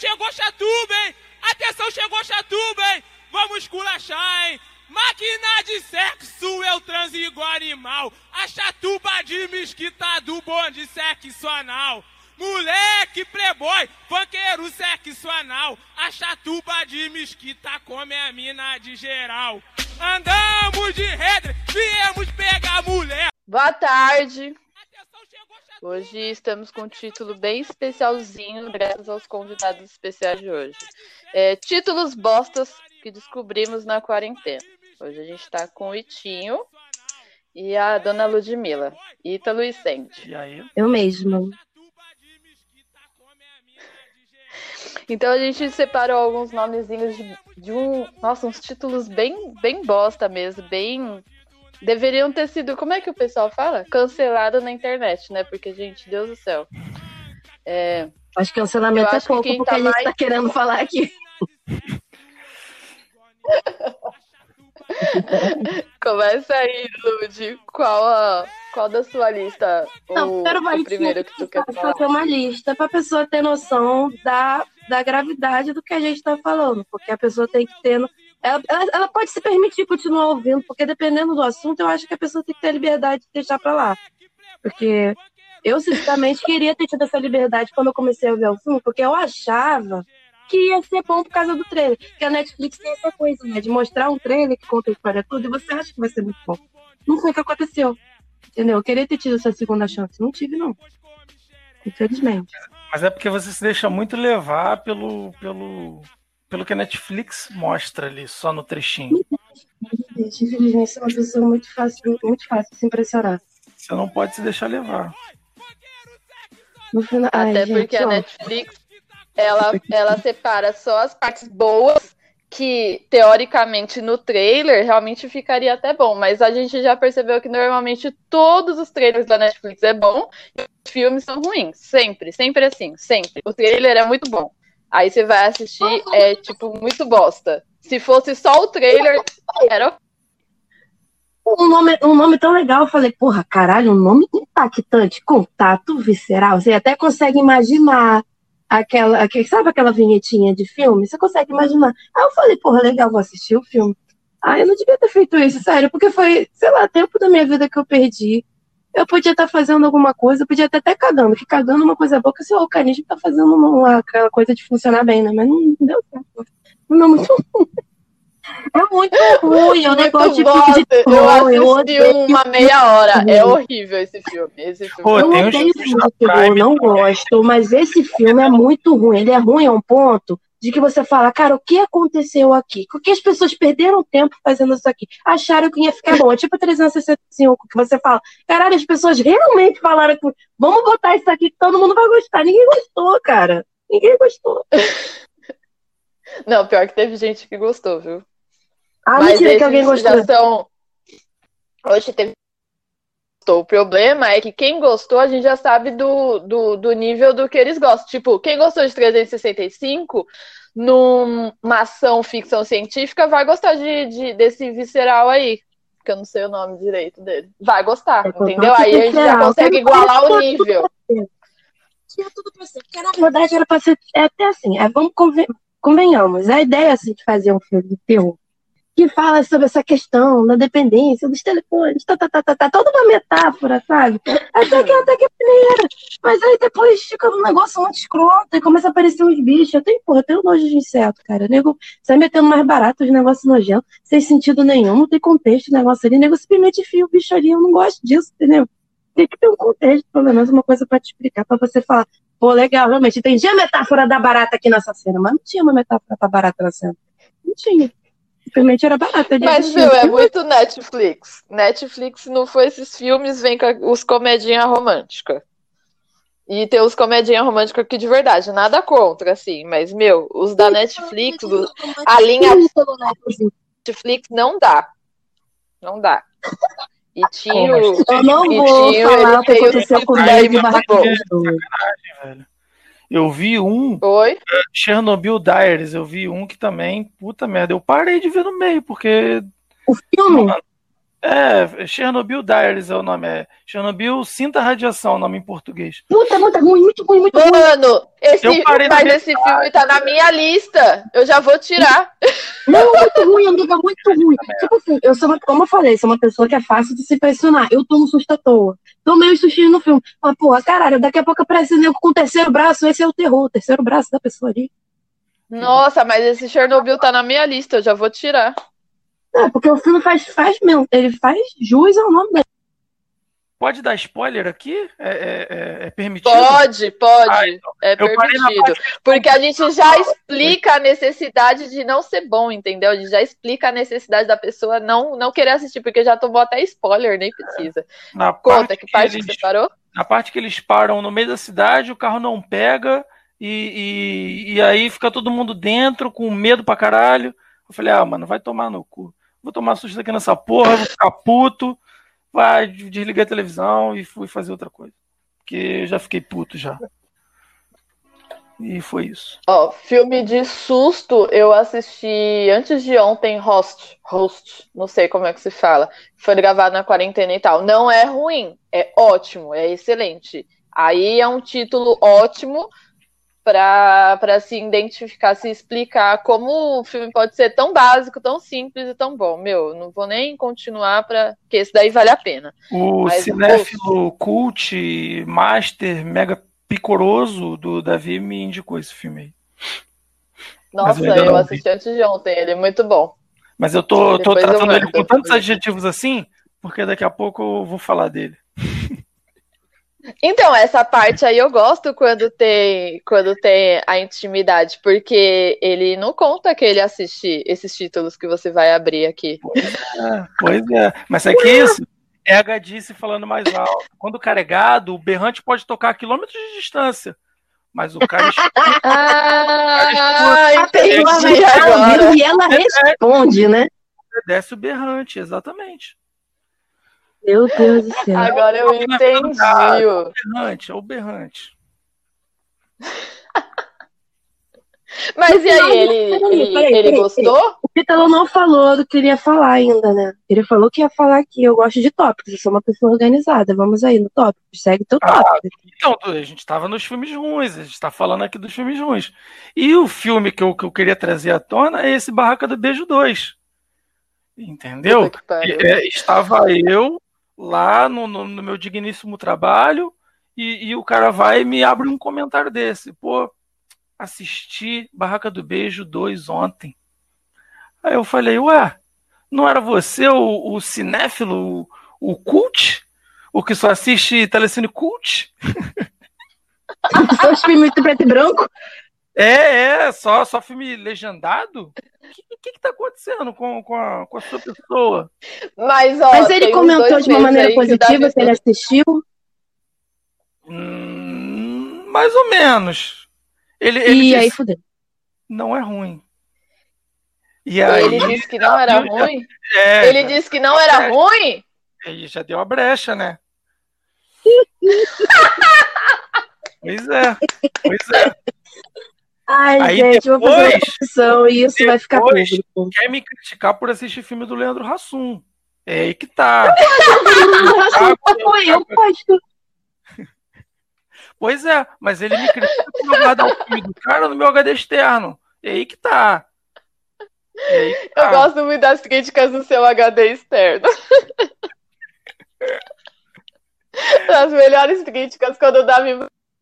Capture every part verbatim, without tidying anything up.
chegou Chatuba, hein? Atenção, chegou Chatuba, hein? Vamos esculachar, hein? Máquina de sexo, eu transo igual animal. A Chatuba de mesquita do bonde sexo anal. Moleque playboy, funkeiro sexo anal. A Chatuba de mesquita come a mina de geral. Andamos de redre, viemos pegar mulher. Boa tarde. Hoje estamos com um título bem especialzinho, graças aos convidados especiais de hoje. É, títulos bostas que descobrimos na quarentena. Hoje a gente tá com o Itinho e a dona Ludmilla. Ítalo e Sandy. E aí? Eu mesma. Então a gente separou alguns nomezinhos de, de um... Nossa, uns títulos bem, bem bosta mesmo, bem... Deveriam ter sido, como é que o pessoal fala? Cancelado na internet, né? Porque, gente, Deus do céu. É... Acho que cancelamento é pouco, porque tá a gente mais... tá querendo falar aqui. Começa aí, Lud. Qual, a, qual da sua lista? Não, o, primeiro vai o primeiro que tu quer falar? Fazer uma lista pra pessoa ter noção da, da gravidade do que a gente tá falando. Porque a pessoa tem que ter... Ela, ela, ela pode se permitir continuar ouvindo, porque dependendo do assunto, eu acho que a pessoa tem que ter a liberdade de deixar pra lá. Porque eu, sinceramente, queria ter tido essa liberdade quando eu comecei a ver o filme, porque eu achava que ia ser bom por causa do trailer. Porque a Netflix tem essa coisa, né? De mostrar um trailer que conta a história toda e você acha que vai ser muito bom. Não foi o que aconteceu. Entendeu? Eu queria ter tido essa segunda chance. Não tive, não. Infelizmente. Mas é porque você se deixa muito levar pelo... pelo... pelo que a Netflix mostra ali, só no trechinho. Infelizmente, você é uma pessoa muito fácil, muito fácil de se impressionar. Você não pode se deixar levar. No final... Até Ai, porque gente, a ó. Netflix, ela, ela separa só as partes boas, que, teoricamente, no trailer, realmente ficaria até bom. Mas a gente já percebeu que, normalmente, todos os trailers da Netflix é bom e os filmes são ruins. Sempre, sempre assim, sempre. O trailer é muito bom. Aí você vai assistir, é tipo, muito bosta. Se fosse só o trailer, era... Um nome, um nome tão legal, eu falei, porra, caralho, um nome impactante, contato visceral. Você até consegue imaginar aquela, aquele, sabe aquela vinhetinha de filme? Você consegue imaginar. Aí eu falei, porra, legal, vou assistir o filme. Ah, eu não devia ter feito isso, sério, porque foi, sei lá, tempo da minha vida que eu perdi. Eu podia estar fazendo alguma coisa, eu podia estar até cagando, que cagando é uma coisa boa, que o organismo tá fazendo uma, aquela coisa de funcionar bem, né? Mas não, não deu certo. Não é muito ruim. É muito ruim, é um negócio de bosta. filme de Eu terror, assisti eu odeio uma meia hora. É horrível esse filme. Esse filme. Pô, Eu tem uns odeio filmes filme da de terror, Prime não também. gosto, mas esse filme é muito ruim. Ele é ruim a um ponto de que você fala, cara, o que aconteceu aqui? Por que as pessoas perderam tempo fazendo isso aqui? Acharam que ia ficar bom. É tipo trezentos e sessenta e cinco, que você fala, caralho, as pessoas realmente falaram que vamos botar isso aqui que todo mundo vai gostar. Ninguém gostou, cara. Ninguém gostou. Não, pior que teve gente que gostou, viu? Ah, Mas mentira que alguém esses gostou. já são... Hoje teve... O problema é que quem gostou, a gente já sabe do, do, do nível do que eles gostam. Tipo, quem gostou de trezentos e sessenta e cinco, numa ação ficção científica, vai gostar de, de, desse visceral aí. Que eu não sei o nome direito dele. Vai gostar, É, entendeu? Aí a gente já consegue igualar o nível. Tinha tudo pra ser. Porque, na verdade, era pra ser... É até assim, é, vamos conven... convenhamos. A ideia, assim, de fazer um filme de terror que fala sobre essa questão da dependência dos telefones, tá, tá, tá, tá, tá, toda uma metáfora, sabe? Até que até que é maneira. Mas aí depois fica um negócio muito escroto e começa a aparecer uns bichos. Eu tenho, porra, eu tenho nojo de inseto, cara. Nego, você vai metendo mais barato os negócios nojentos, sem sentido nenhum, não tem contexto o negócio ali. Nego simplesmente enfia o bicho ali. Eu não gosto disso, entendeu? Tem que ter um contexto, pelo menos uma coisa pra te explicar, pra você falar, pô, legal, realmente, entendi a metáfora da barata aqui nessa cena, mas não tinha uma metáfora pra barata na cena. Não tinha. Simplesmente era barata. Mas, meu, é muito Netflix. Netflix não foi esses filmes, vem com os comedinha romântica. E tem os comedinha romântica aqui de verdade, nada contra, assim, mas, meu, os da Netflix, os, a linha Netflix não dá. Não dá. E tinha o... Eu não e vou tinha, falar o que tem aconteceu comigo daí de Barraquinhos. Velho. Eu vi um, Oi? Chernobyl Diaries, eu vi um que também, puta merda, eu parei de ver no meio, porque... O filme? É, Chernobyl Diaries é o nome. É Chernobyl Sinta Radiação, o nome em português. Puta, muito ruim, muito ruim, muito ruim. Mano, esse, Eu parei na mas esse filme tá na minha lista. Eu já vou tirar. Não, muito ruim, amiga, muito ruim. Tipo assim, eu sou uma, como eu falei, sou uma pessoa que é fácil de se impressionar. Eu tomo susto à toa. Tomei um sustinho no filme. Mas, porra, caralho, daqui a pouco aparece nego com o terceiro braço. Esse é o terror, o terceiro braço da pessoa ali. Nossa, mas esse Chernobyl tá na minha lista. Eu já vou tirar. É, porque o filme faz, faz mesmo, ele faz jus ao nome dele. Pode dar spoiler aqui? É, é, é, é permitido? Pode, pode. Ah, então. É Eu parei na permitido. parte- Porque a gente já explica a necessidade de não ser bom, entendeu? A gente já explica a necessidade da pessoa não, não querer assistir, porque já tomou até spoiler, nem precisa. Na Conta, parte que parte eles, que você parou? Na parte que eles param no meio da cidade, o carro não pega e, e, e aí fica todo mundo dentro com medo pra caralho. Eu falei, ah, mano, vai tomar no cu. Vou tomar susto aqui nessa porra, vou ficar puto. Vai, desliguei a televisão e fui fazer outra coisa. Porque já fiquei puto já. E foi isso. Ó, filme de susto, eu assisti antes de ontem, Host, Host, não sei como é que se fala. Foi gravado na quarentena e tal. Não é ruim, é ótimo, é excelente. Aí é um título ótimo para para se identificar, se explicar como o filme pode ser tão básico, tão simples e tão bom. Meu, não vou nem continuar, para porque esse daí vale a pena. O Mas, cinéfilo cult, master, mega picoroso do Davi me indicou esse filme aí. Nossa, Mas eu ainda eu não assisti antes de ontem, ele é muito bom. Mas eu tô, tô Depois eu tratando ele mando. com tantos adjetivos assim, porque daqui a pouco eu vou falar dele. Então, essa parte aí eu gosto quando tem, quando tem a intimidade, porque ele não conta que ele assiste esses títulos que você vai abrir aqui. É, pois é. Mas é que isso é a gadice falando mais alto. Quando o cara é gado, o berrante pode tocar a quilômetros de distância. Mas o cara escuta. Ah, entendi Ela agora. viu e ela responde, né? Desce o berrante, exatamente. Meu Deus do céu. Agora eu entendi. É o berrante, é o berrante. Mas e aí, ele, Peraí, ele, peraí, ele peraí, gostou? O Pítalo não falou do que ele ia falar ainda, né? Ele falou que ia falar aqui. Eu gosto de tópicos, eu sou uma pessoa organizada. Vamos aí no tópico. Segue teu Ah, tópico. então, a gente estava nos filmes ruins, a gente está falando aqui dos filmes ruins. E o filme que eu, que eu queria trazer à tona é esse Barraca do Beijo dois. Entendeu? Puta que pariu. É, estava eu lá no, no, no meu digníssimo trabalho e, e o cara vai e me abre um comentário desse. Pô, assisti Barraca do Beijo dois ontem. Aí eu falei, ué, não era você o, o cinéfilo, o, o cult? O que só assiste telecine cult? Só os filmes de preto e branco? É, é, só, só filme legendado? O que, que, que tá acontecendo com, com, a, com a sua pessoa? Mas, ó, Mas ele tem uns comentou dois de uma meses maneira aí que o positiva Davi- se ele assistiu. Hum, mais ou menos. Ele, ele E aí disse, fudeu. não é ruim. E aí, Ele disse que não era já- ruim? É, Ele já- disse que não era ruim? aí já deu a brecha, né? Pois é, pois é. Ai, Aí gente, eu vou fazer uma depois- confissão e isso vai ficar depois- público. Quer me criticar por assistir filme do Leandro Hassum. É aí que tá. Foi eu, pastor. Pois é, mas ele me critica por eu guardar o filme do cara no meu H D externo. É aí que tá. É aí que Eu tá. gosto muito das críticas do seu H D externo. As melhores críticas quando o Davi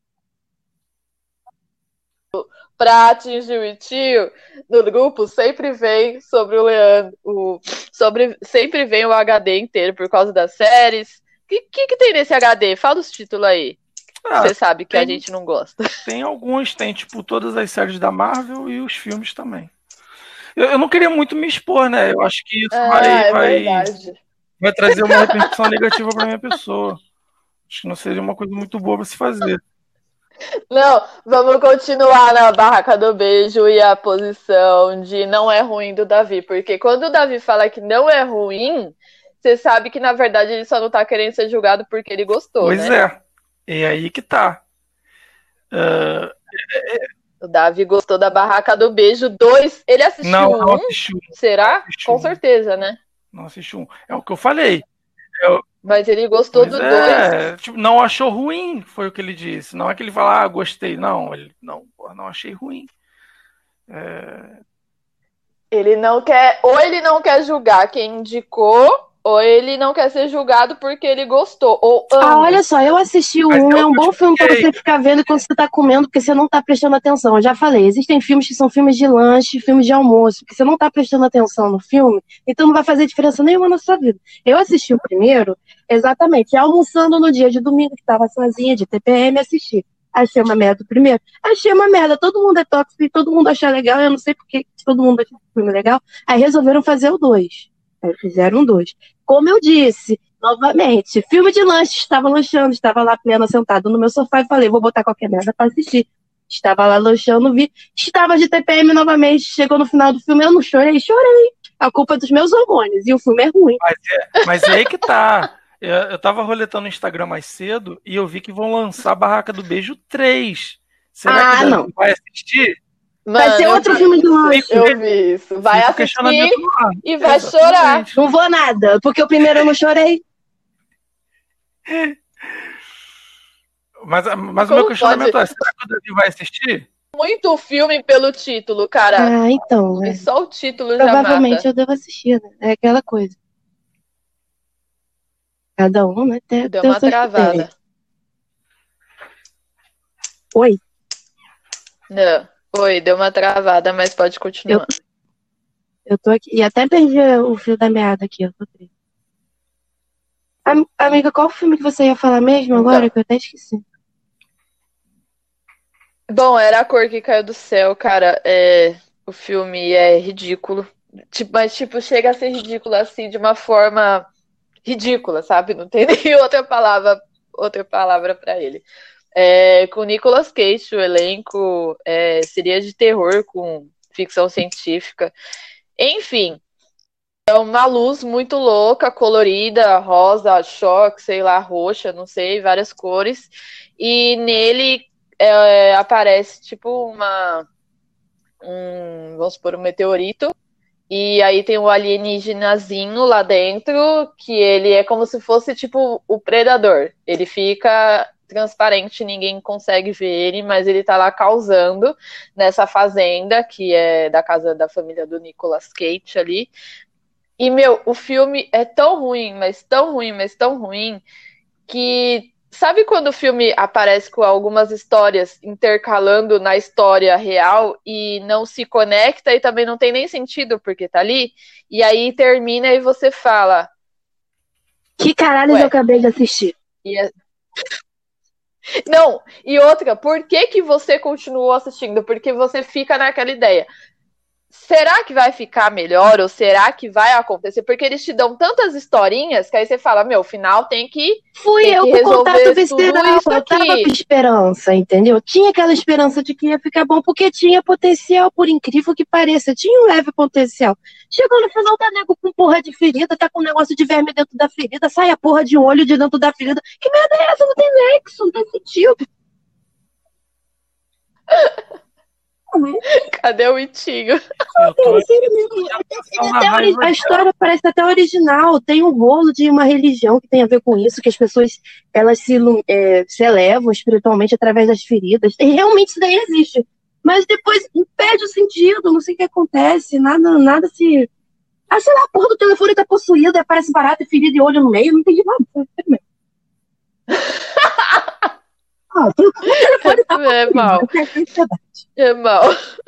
pra atingir o tio no grupo sempre vem sobre o Leandro, o, sobre, sempre vem o H D inteiro por causa das séries. O que, que, que tem nesse H D? Fala os títulos aí. Ah, Você sabe que a tem- gente não gosta. tem alguns, tem tipo todas as séries da Marvel e os filmes também. Eu, eu não queria muito me expor, né? Eu acho que isso Ah, vai, é vai, verdade. vai trazer uma repercussão negativa pra minha pessoa. Acho que não seria uma coisa muito boa pra se fazer. Não, vamos continuar na barraca do beijo e a posição de não é ruim do Davi. Porque quando o Davi fala que não é ruim, você sabe que na verdade ele só não tá querendo ser julgado porque ele gostou, Pois né? é. É aí que tá. Ah, O Davi gostou da barraca do beijo dois. Ele assistiu não, não um? assistiu. Será? assistiu. Com certeza, né? Não assisti um. É o que eu falei. Eu... Mas ele gostou Mas do é, dois. tipo, não achou ruim, foi o que ele disse. Não é que ele fala, ah, gostei. Não, ele não, porra, não achei ruim. É... Ele não quer, ou ele não quer julgar quem indicou, ou ele não quer ser julgado porque ele gostou. Ou Ah, ambos. olha só, eu assisti o Mas um, é é o um que eu bom te filme pra expliquei. você ficar vendo quando você tá comendo, porque você não tá prestando atenção. Eu já falei, existem filmes que são filmes de lanche, filmes de almoço, porque você não tá prestando atenção no filme, então não vai fazer diferença nenhuma na sua vida. Eu assisti o primeiro, exatamente, almoçando no dia de domingo, que tava sozinha, de T P M, assisti. Achei uma merda o primeiro. Achei uma merda, todo mundo é tóxico e todo mundo acha legal, eu não sei porque todo mundo acha o filme legal. Aí resolveram fazer o dois. Aí fizeram um dois. Como eu disse, novamente, filme de lanche, estava lanchando, estava lá plena, sentado no meu sofá e falei, vou botar qualquer merda pra assistir. Estava lá lanchando, vi, estava de T P M novamente, chegou no final do filme, eu não chorei, chorei. A culpa é dos meus hormônios, e o filme é ruim. Mas é, mas é aí que tá. Eu, eu tava roletando no Instagram mais cedo e eu vi que vão lançar a Barraca do Beijo três. Será Ah, que não. vai assistir? Vai Mano, ser eu outro vi- filme de lanche. Eu vi isso. Vai Fica o assistir questionamento no ar. e vai Exatamente. chorar. Não vou nada, porque o primeiro eu não chorei. Mas, mas o Como meu questionamento pode? é: será que o Davi vai assistir? Muito filme pelo título, cara. Ah, então, E é. só o título já Provavelmente mata. eu devo assistir, né? É aquela coisa. Cada um, né? Tem, Deu tem uma os seus travada. critérios. Oi, Não. Oi, deu uma travada, mas pode continuar. eu tô aqui. E até perdi o fio da meada aqui, eu tô triste. Am- Amiga, qual filme que você ia falar mesmo agora? Então. Que eu até esqueci. Bom, era A Cor que Caiu do Céu, cara. É, o filme é ridículo. Tipo, mas, tipo, chega a ser ridículo assim, de uma forma ridícula, sabe? Não tem nem outra palavra, outra palavra pra ele. É, com Nicolas Cage, o elenco é, seria de terror com ficção científica. Enfim, é uma luz muito louca, colorida, rosa, choque, sei lá, roxa, não sei, várias cores. E nele é, aparece tipo uma um, vamos supor, um meteorito. E aí tem um alienígenazinho lá dentro, que ele é como se fosse tipo o predador. Ele fica transparente, ninguém consegue ver ele, mas ele tá lá causando nessa fazenda, que é da casa da família do Nicolas Cage ali. E, meu, o filme é tão ruim, mas tão ruim, mas tão ruim, que sabe quando o filme aparece com algumas histórias intercalando na história real e não se conecta e também não tem nem sentido porque tá ali? E aí termina e você fala... Que caralho Ué. eu acabei de assistir? E é... Não, e outra, por que que você continuou assistindo? Porque você fica naquela ideia. Será que vai ficar melhor ou será que vai acontecer? Porque eles te dão tantas historinhas que aí você fala, meu, final tem que Fui Tem eu que com o resolver contato tudo visceral. isso Eu tava aqui. com esperança, entendeu? Tinha aquela esperança de que ia ficar bom, porque tinha potencial, por incrível que pareça. Tinha um leve potencial. Chegou no final, tá nego com porra de ferida, tá com um negócio de verme dentro da ferida, sai a porra de um olho de dentro da ferida. Que merda é essa? Não tem nexo, não tem sentido. Cadê o Itinho? Eu tô É sério mesmo. Até- pensando até na ori- raiva a história parece até original. Tem um rolo de uma religião que tem a ver com isso, que as pessoas elas se, ilu- é, se elevam espiritualmente através das feridas. E realmente isso daí existe. Mas depois perde o sentido, não sei o que acontece, nada, nada se. Ah, sei lá, a porra do telefone tá possuída, e aparece barata e ferida e olho no meio, não entendi nada. Foi sério mesmo. Ah, o telefone tá É possuído. mal. Essa é a verdade. É mal.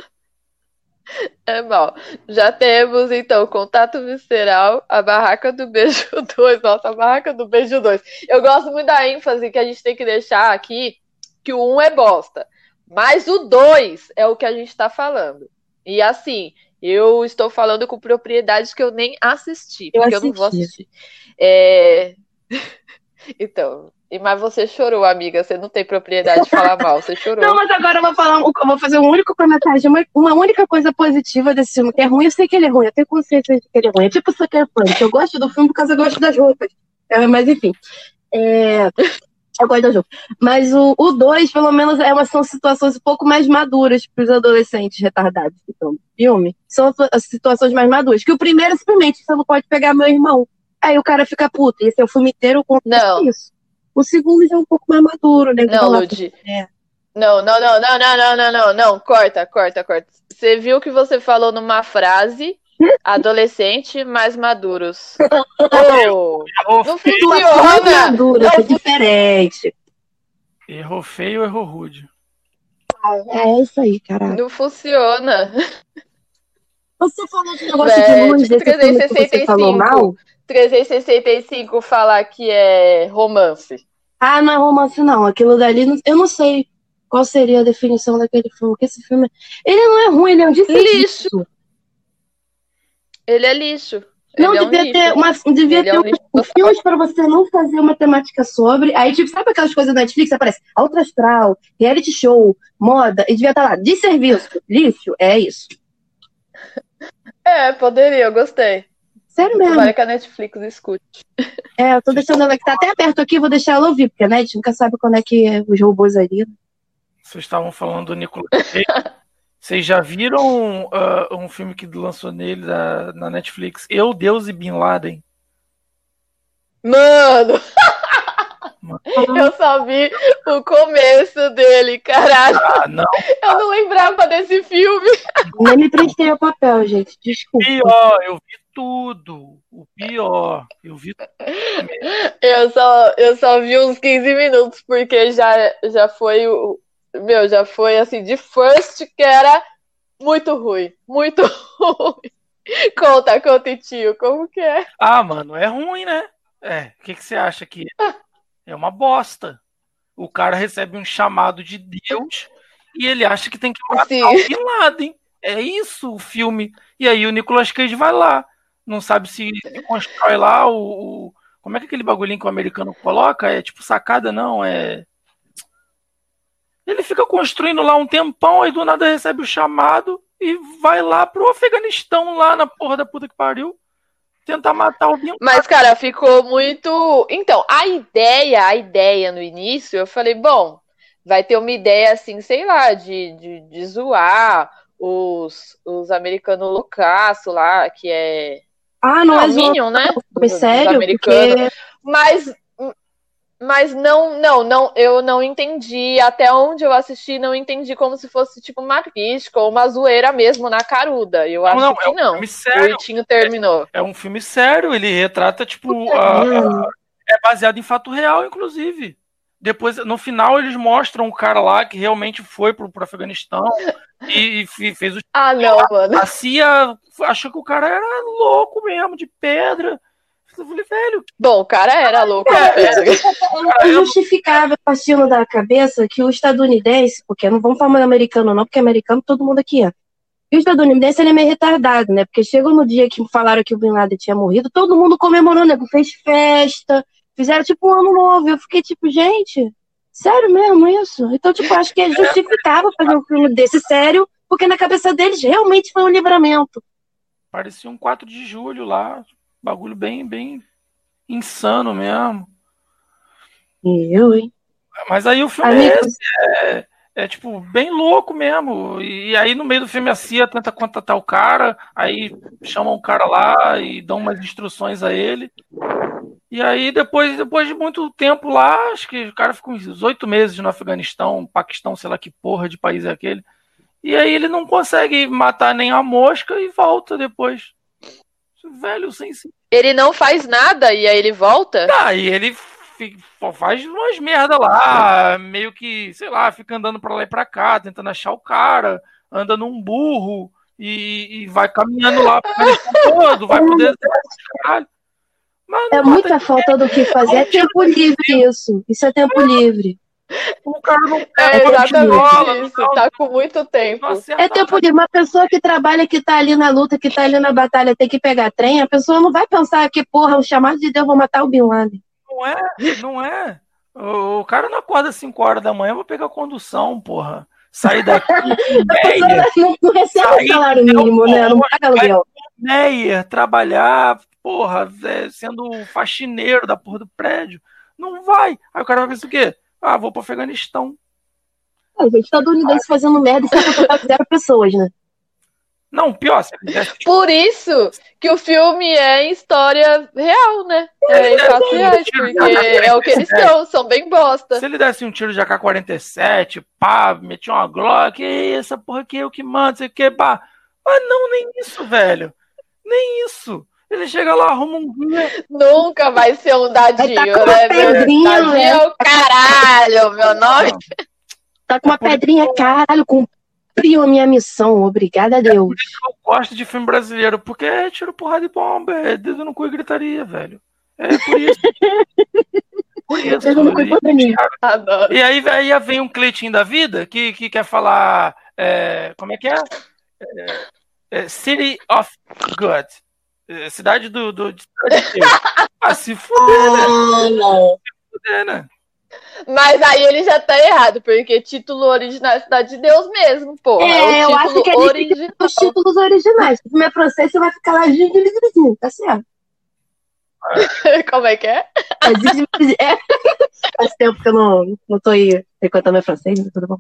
É mal. Já temos, então, Contato Visceral, a Barraca do Beijo dois. Nossa, a Barraca do Beijo dois. Eu gosto muito da ênfase que a gente tem que deixar aqui, que o um é bosta. Mas o dois é o que a gente tá falando. E assim, eu estou falando com propriedades que eu nem assisti, Eu porque eu não vou assisti. assistir. É... Então, e- mas você chorou, amiga. Você não tem propriedade de falar mal, você chorou. Não, mas agora eu vou falar, um- eu vou fazer um único comentário, de uma, uma única coisa positiva desse filme, que é ruim, eu sei que ele é ruim, eu tenho consciência de que ele é ruim. É tipo Sucker Punch, eu gosto do filme porque eu gosto das roupas. É, mas enfim. É, Eu gosto do jogo. Mas o dois, pelo menos, é uma, são situações um pouco mais maduras para os adolescentes retardados que estão no filme. São as situações mais maduras. Que o primeiro, simplesmente, você não pode pegar meu irmão. Aí o cara fica puto. Esse é o filme inteiro com isso. O segundo já é um pouco mais maduro, né? Não, Ludi. É. Não, não, não, não, não, não, não, não, não. Corta, corta, corta. Você viu que você falou numa frase... Adolescente mais maduros. Oh, não funciona. Madura, é diferente. Errou feio, errou rude. É isso aí, caralho. Não funciona. Você falou de negócio Vé, de luz, desse filme que você falou mal? trezentos e sessenta e cinco falar que é romance. Ah, não é romance não. Aquilo dali, eu não sei qual seria a definição daquele filme. Porque esse filme, ele não é ruim, ele é um lixo. Ele é lixo. Não, ele devia é um ter, uma, devia ele ter é um um filmes para você não fazer uma temática sobre. Aí, tipo, sabe aquelas coisas da Netflix? Aparece Alto Astral, reality show, moda, e devia estar lá, de serviço, lixo, é isso. É, poderia, eu gostei. Sério mesmo. Tomara que a Netflix escute. É, eu tô deixando ela que tá até aberto aqui, vou deixar ela ouvir, porque a Net nunca sabe quando é que é os robôs ali. Vocês estavam falando do Nicolas Cage. Vocês já viram uh, um filme que lançou nele na, na Netflix? Eu, Deus e Bin Laden. Mano! Mano. Eu só vi o começo dele, caralho. Ah, não. Eu não lembrava desse filme. Nem me prestei ao papel, gente. Desculpa. Pior, eu vi tudo. O pior. Eu vi tudo. Eu só, eu só vi uns quinze minutos, porque já, já foi o. Meu, já foi assim, de first, que era muito ruim. Muito ruim. Conta, conta, tio, como que é? Ah, mano, é ruim, né? É, o que, que você acha que é? É uma bosta. O cara recebe um chamado de Deus e ele acha que tem que matar Sim. o Bin Laden. É isso o filme. E aí o Nicolas Cage vai lá. Não sabe se constrói lá o, o... Como é que aquele bagulhinho que o americano coloca? É tipo sacada, não? É... Ele fica construindo lá um tempão, aí do nada recebe o chamado e vai lá pro Afeganistão, lá na porra da puta que pariu, tentar matar o Bin Laden. Mas, cara, ficou muito... Então, a ideia, a ideia no início, eu falei, bom, vai ter uma ideia assim, sei lá, de, de, de zoar os, os americanos loucaço lá, que é... Ah, não, não é Minion, né? Foi sério? Porque... Mas... Mas não, não, não, eu não entendi. Até onde eu assisti, não entendi como se fosse tipo uma crítica ou uma zoeira mesmo na caruda. Eu acho não, que é um não. Filme sério. O Itinho terminou. É, é um filme sério, ele retrata, tipo, a, a, é baseado em fato real, inclusive. Depois, no final, eles mostram o cara lá que realmente foi pro, pro Afeganistão e, e fez o. Ah, não, mano. A C I A achou que o cara era louco mesmo, de pedra. Eu falei, velho. Bom, o cara era louco. É, é justificável partindo da cabeça que o estadunidense, porque não vamos falar americano não, porque americano todo mundo aqui é. E o estadunidense ele é meio retardado, né? Porque chegou no dia que falaram que o Bin Laden tinha morrido, todo mundo comemorou, né? Fez festa, fizeram tipo um ano novo. Eu fiquei tipo, gente, sério mesmo isso? Então, tipo, acho que é justificável fazer um filme desse sério, porque na cabeça deles realmente foi um livramento. Parecia um quatro de julho lá. Bagulho bem, bem insano mesmo. Eu, hein? Mas aí o filme Amigo... é, esse, é, é, tipo, bem louco mesmo. E aí no meio do filme a C I A tenta contatar o cara, aí chamam o cara lá e dão umas instruções a ele. E aí depois, depois de muito tempo lá, acho que o cara ficou uns oito meses no Afeganistão, Paquistão, sei lá que porra de país é aquele. E aí ele não consegue matar nem a mosca e volta depois. Velho, sem sim. Ele não faz nada e aí ele volta? Tá, e ele fica, faz umas merda lá, meio que, sei lá, fica andando pra lá e pra cá, tentando achar o cara, anda num burro e, e vai caminhando lá pro todo, vai pro deserto, caralho. Mas é muita falta do que fazer, é tempo livre isso, isso é tempo livre. O cara não é exatamente isso, tá com muito tempo. É tempo livre. Uma pessoa que trabalha, que tá ali na luta, que tá ali na batalha, tem que pegar trem, a pessoa não vai pensar que, porra, o chamado de Deus, vou matar o Bin Laden. Não é, não é. O, o cara não acorda às cinco horas da manhã, vou pegar condução, porra. Sair daqui. Meia, não, não recebe sair, salário mínimo, né? Não paga aluguel. Meia, trabalhar, porra, é, sendo faxineiro da porra do prédio. Não vai. Aí o cara vai pensar o quê? Ah, vou pro Afeganistão. A gente estadunidense fazendo merda e sacrificando zero pessoas, né? Não, pior, se ele desse, Por isso que o filme é em história real, né? É em fatos reais, porque é o que eles são, são bem bosta. se ele desse um tiro de A K quarenta e sete, pá, metia uma Glock, e essa porra aqui é o que manda, sei o que, pá. Mas não, nem isso, velho. Nem isso. Ele chega lá, arruma um guia. Nunca vai ser um dadinho, Vai tá com uma né? pedrinha, Dadinho é o caralho, meu nome. Tá com uma pedrinha, caralho, cumpriu a minha missão, obrigada a Deus. Eu gosto de filme brasileiro, porque é tiro, porrada e bomba, é dedo no cu e gritaria, velho. É por isso. Por isso. Dedo no cu e gritaria. Adoro. E aí, aí vem um Cleitinho da vida que, que quer falar. É, como é que é? É, é City of God. É, cidade do. do de, ah, se fuder, né? Não. Se fuder, né? Mas aí ele já tá errado, porque título original é Cidade de Deus mesmo, porra. É, o eu acho que título ele fica original. os títulos originais. Se me processa, você vai ficar lá, Zizi, tá certo? Como é que é? É. Faz tempo que eu não, não tô aí frequentando meu francês, mas tudo bom.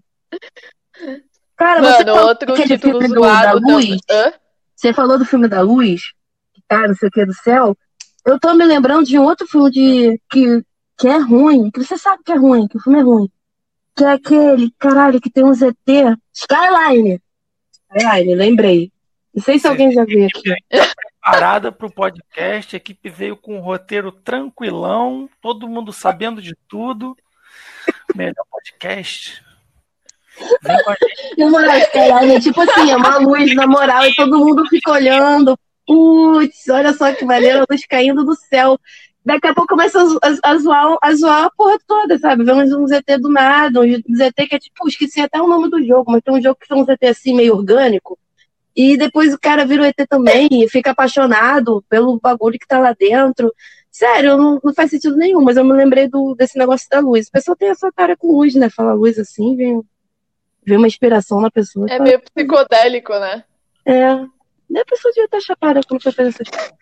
Cara, você Mano, falou outro daquele título filme do, da zoado Luz. também. Hã? Você falou do filme da Luz, que tá, não sei o que, do céu. Eu tô me lembrando de um outro filme de, que, que é ruim, que você sabe que é ruim, que o filme é ruim. Que é aquele, caralho, que tem um Z T. Skyline. Skyline, lembrei. Não sei se alguém já viu aqui. Preparada pro podcast, a equipe veio com um roteiro tranquilão, todo mundo sabendo de tudo. Melhor podcast. Vem com a gente. Na moral, Skyline é tipo assim, é uma luz na moral e todo mundo fica olhando. Putz, olha só que maneiro, a luz caindo do céu. Daqui a pouco começa a, a, a, zoar, a zoar a porra toda, sabe? Vemos um Z T do nada, um Z T que é tipo, esqueci até o nome do jogo, mas tem um jogo que é um Z T assim, meio orgânico. E depois o cara vira o E T também e fica apaixonado pelo bagulho que tá lá dentro. Sério, não, não faz sentido nenhum, mas eu me lembrei do, desse negócio da luz. A pessoa tem essa cara com luz, né? Fala luz assim, vem, vem uma inspiração na pessoa. É fala, meio psicodélico, né? É. A pessoa devia estar chapada quando foi fazer essas coisas.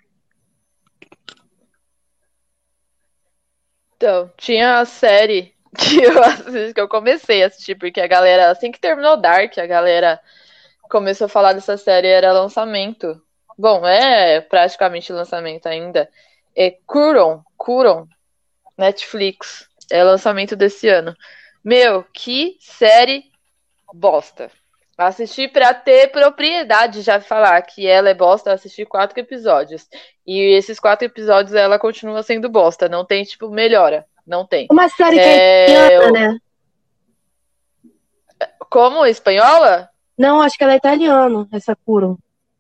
Então, tinha a série que eu, assisti, que eu comecei a assistir, porque a galera, assim que terminou Dark, a galera começou a falar dessa série, era lançamento. Bom, é praticamente lançamento ainda. É Curon, Curon, Netflix. É lançamento desse ano. Meu, que série bosta. Assisti pra ter propriedade já falar que ela é bosta, assisti quatro episódios. E esses quatro episódios ela continua sendo bosta. Não tem, tipo, melhora. Não tem. Uma série que é italiana, eu... né? Como? Espanhola? Não, acho que ela é italiana, essa Curon.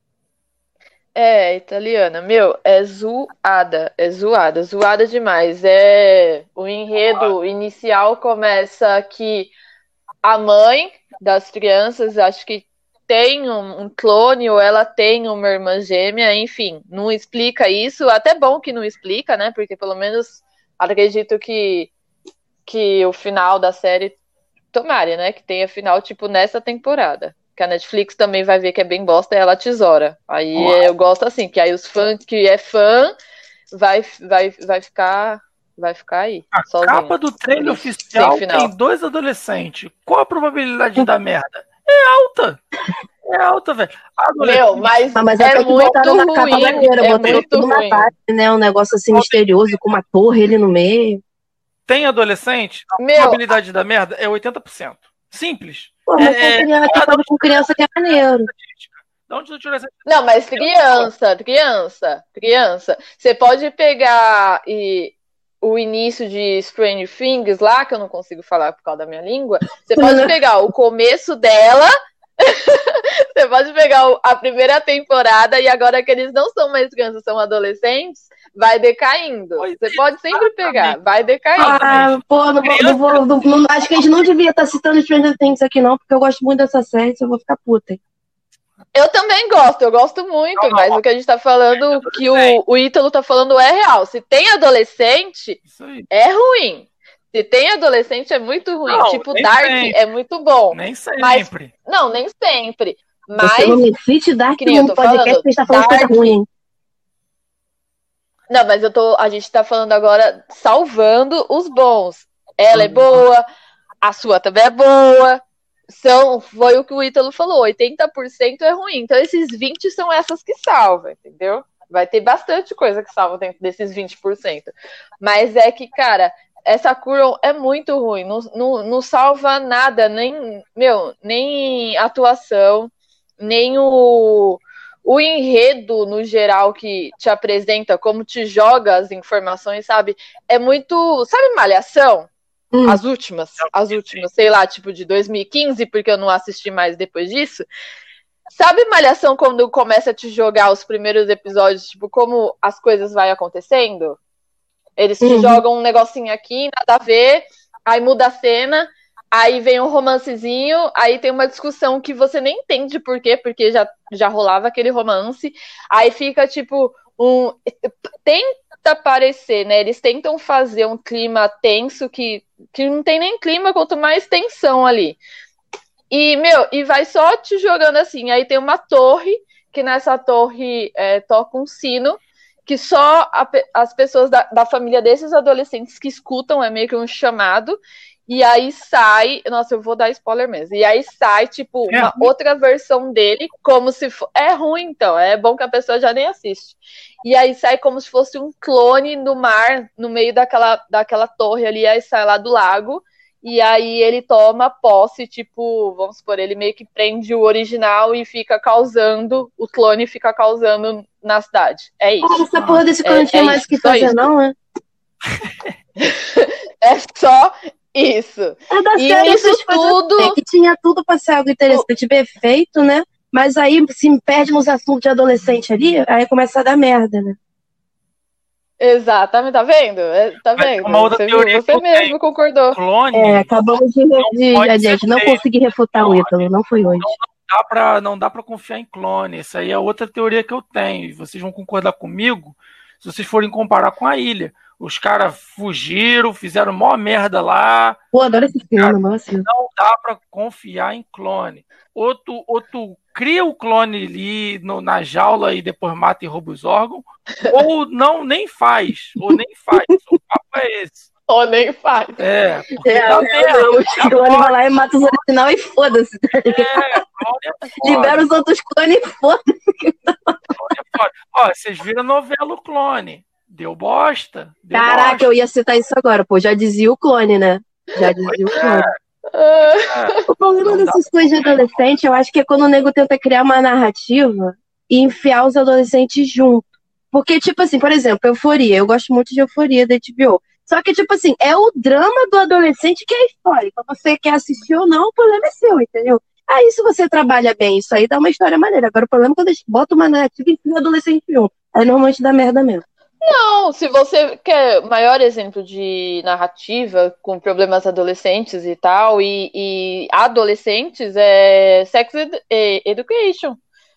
É, italiana. Meu, é zoada. É zoada. Zoada demais. É... O enredo inicial começa que a mãe das crianças, acho que tem um, um clone ou ela tem uma irmã gêmea, enfim, não explica isso, até bom que não explica, né, porque pelo menos acredito que, que o final da série, tomara, né, que tenha final, tipo, nessa temporada, que a Netflix também vai ver que é bem bosta e ela tesoura, aí Uau. Eu gosto assim, que aí os fãs que é fã vai, vai, vai ficar... Vai ficar aí. A sozinho. Capa do trailer oficial tem dois adolescentes. Qual a probabilidade de dar merda? É alta. É alta, velho. Meu, mas, ah, mas é muito na ruim. Capa maneira, é botou muito tudo ruim. Na parte, né? Um negócio assim misterioso, com uma torre ali no meio. Tem adolescente? A Meu... probabilidade de dar merda é oitenta por cento. Simples. Pô, mas é, tem criança, é, é, com criança que é maneiro. Não, mas criança, criança, criança. Você pode pegar e... o início de Stranger Things lá, que eu não consigo falar por causa da minha língua, você pode pegar o começo dela, você pode pegar a primeira temporada e agora que eles não são mais crianças, são adolescentes, vai decaindo. Você pode sempre pegar, vai decaindo. Ah, pô, não vou, não vou, não, não, acho que a gente não devia estar citando Stranger Things aqui não, porque eu gosto muito dessa série, eu vou ficar puta. Eu também gosto, eu gosto muito, não, mas não. O que a gente tá falando, que o, o Ítalo tá falando é real. Se tem adolescente, é ruim. Se tem adolescente, é muito ruim. Não, tipo, Dark sempre. É muito bom. Nem sempre. Mas, não, nem sempre. Mas, você não me cite Dark no podcast, falando, que a gente tá falando Dark, coisa ruim. Não, mas eu tô, a gente tá falando agora salvando os bons. Ela é boa, a sua também é boa. São, foi o que o Ítalo falou, oitenta por cento é ruim. Então esses vinte por cento são essas que salvam, entendeu? Vai ter bastante coisa que salva dentro desses vinte por cento. Mas é que, cara, essa Curl é muito ruim. Não, não, não salva nada, nem, meu, nem atuação, nem o, o enredo no geral que te apresenta, como te joga as informações, sabe? É muito. Sabe, Malhação? Hum. As últimas, as últimas, sei lá, tipo de dois mil e quinze, porque eu não assisti mais depois disso. Sabe Malhação quando começa a te jogar os primeiros episódios, tipo, como as coisas vai acontecendo? Eles te uhum. jogam um negocinho aqui, nada a ver, aí muda a cena, aí vem um romancezinho, aí tem uma discussão que você nem entende por quê, porque já, já rolava aquele romance, aí fica tipo um... Tenta parecer, né? Eles tentam fazer um clima tenso que, que não tem nem clima, quanto mais tensão ali. E, meu, e vai só te jogando assim. Aí tem uma torre, que nessa torre é, toca um sino, que só a, as pessoas da, da família desses adolescentes que escutam, é meio que um chamado, e aí sai, nossa, eu vou dar spoiler mesmo, e aí sai, tipo, é uma ruim. Outra versão dele, como se for, é ruim então, é bom que a pessoa já nem assiste, e aí sai como se fosse um clone no mar, no meio daquela, daquela torre ali, aí sai lá do lago, e aí ele toma posse, tipo, vamos supor, ele meio que prende o original e fica causando, o clone fica causando na cidade. É isso. Ah, essa porra desse clone é, tinha é mais o que fazer, isso. Não, é? É só isso. É da e série, isso tudo... É que tinha tudo pra ser algo interessante, bem feito, né? Mas aí se perde nos assuntos de adolescente ali, aí começa a dar merda, né? Exatamente, tá vendo? Tá vendo? Uma outra você teoria você mesmo tenho. concordou. Clone. É, acabamos de, de a gente não consegui refutar o Ítalo, não foi hoje. Não, não dá pra, não dá pra confiar em clone. Essa aí é outra teoria que eu tenho. E vocês vão concordar comigo se vocês forem comparar com a ilha. Os caras fugiram, fizeram mó merda lá. Pô, adoro esse filme, não, assim. Não dá pra confiar em clone. Ou tu, ou tu cria o clone ali no, na jaula e depois mata e rouba os órgãos, ou não, nem faz. Ou nem faz. O papo é esse. Ou nem faz. É, porque é, dá merda. O clone vai lá e mata os original e foda-se. É, clone é foda. Libera os outros clones e foda-se. Clone é foda. Ó, vocês viram a novela O Clone. Deu bosta. Deu Caraca, bosta. Eu ia citar isso agora, pô. Já dizia o clone, né? Já dizia o clone. É. O problema dessas coisas de adolescente, eu acho que é quando o nego tenta criar uma narrativa e enfiar os adolescentes junto. Porque, tipo assim, por exemplo, Euforia. Eu gosto muito de Euforia da H B O. Só que, tipo assim, é o drama do adolescente que é a história. Então, você quer assistir ou não, o problema é seu, entendeu? Aí, se você trabalha bem isso aí, dá uma história maneira. Agora, o problema é quando eles botam uma narrativa e enfiam o adolescente junto. Aí, normalmente, dá merda mesmo. Não, se você quer maior exemplo de narrativa com problemas adolescentes e tal, e, e adolescentes, é Sex Ed- Education.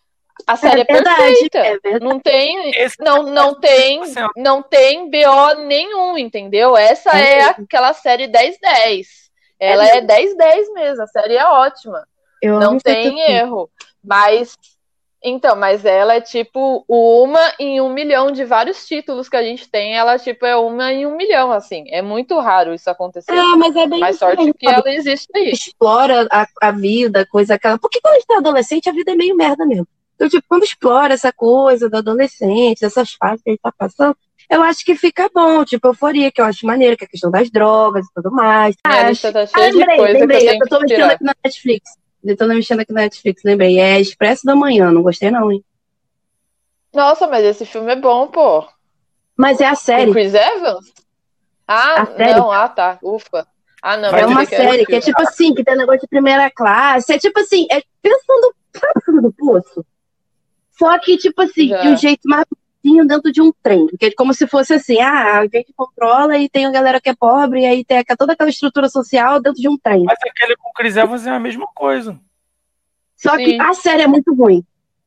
A série é, é verdade, perfeita. É verdade. Não tem, não, não tem, não tem B O nenhum, entendeu? Essa é, é aquela série dez dez. Ela é, é dez dez mesmo, a série é ótima. Eu não tem erro. Mas Então, mas ela é tipo uma em um milhão de vários títulos que a gente tem. Ela tipo é uma em um milhão, assim. É muito raro isso acontecer. É, mas é bem Mais sorte que ela existe aí. Explora a, a vida, coisa aquela. Porque quando a gente tá adolescente, a vida é meio merda mesmo. Então, tipo, quando explora essa coisa do adolescente, essas fases que a gente tá passando, eu acho que fica bom. Tipo, Euforia, que eu acho maneiro, que é a questão das drogas e tudo mais. Minha lista tá cheia ah, de lembrei, coisa lembrei, que eu tenho eu tô que mexendo tirar. aqui na Netflix. Eu tô mexendo aqui na Netflix, lembrei. É Expresso da Manhã, não gostei não, hein? Nossa, mas esse filme é bom, pô. Mas é a série. Com Chris Evans? Ah, não, ah, tá. Ufa. Ah, não, é uma série que é tipo assim, que tem negócio de primeira classe. É tipo assim, é pensando, pensando do poço. Só que, tipo assim, Já. de um jeito mais dentro de um trem. Porque é como se fosse assim, ah, a gente controla e tem a galera que é pobre, e aí tem toda aquela estrutura social dentro de um trem. Mas aquele com o Chris Evans é a mesma coisa. Só Sim. que a série é muito ruim.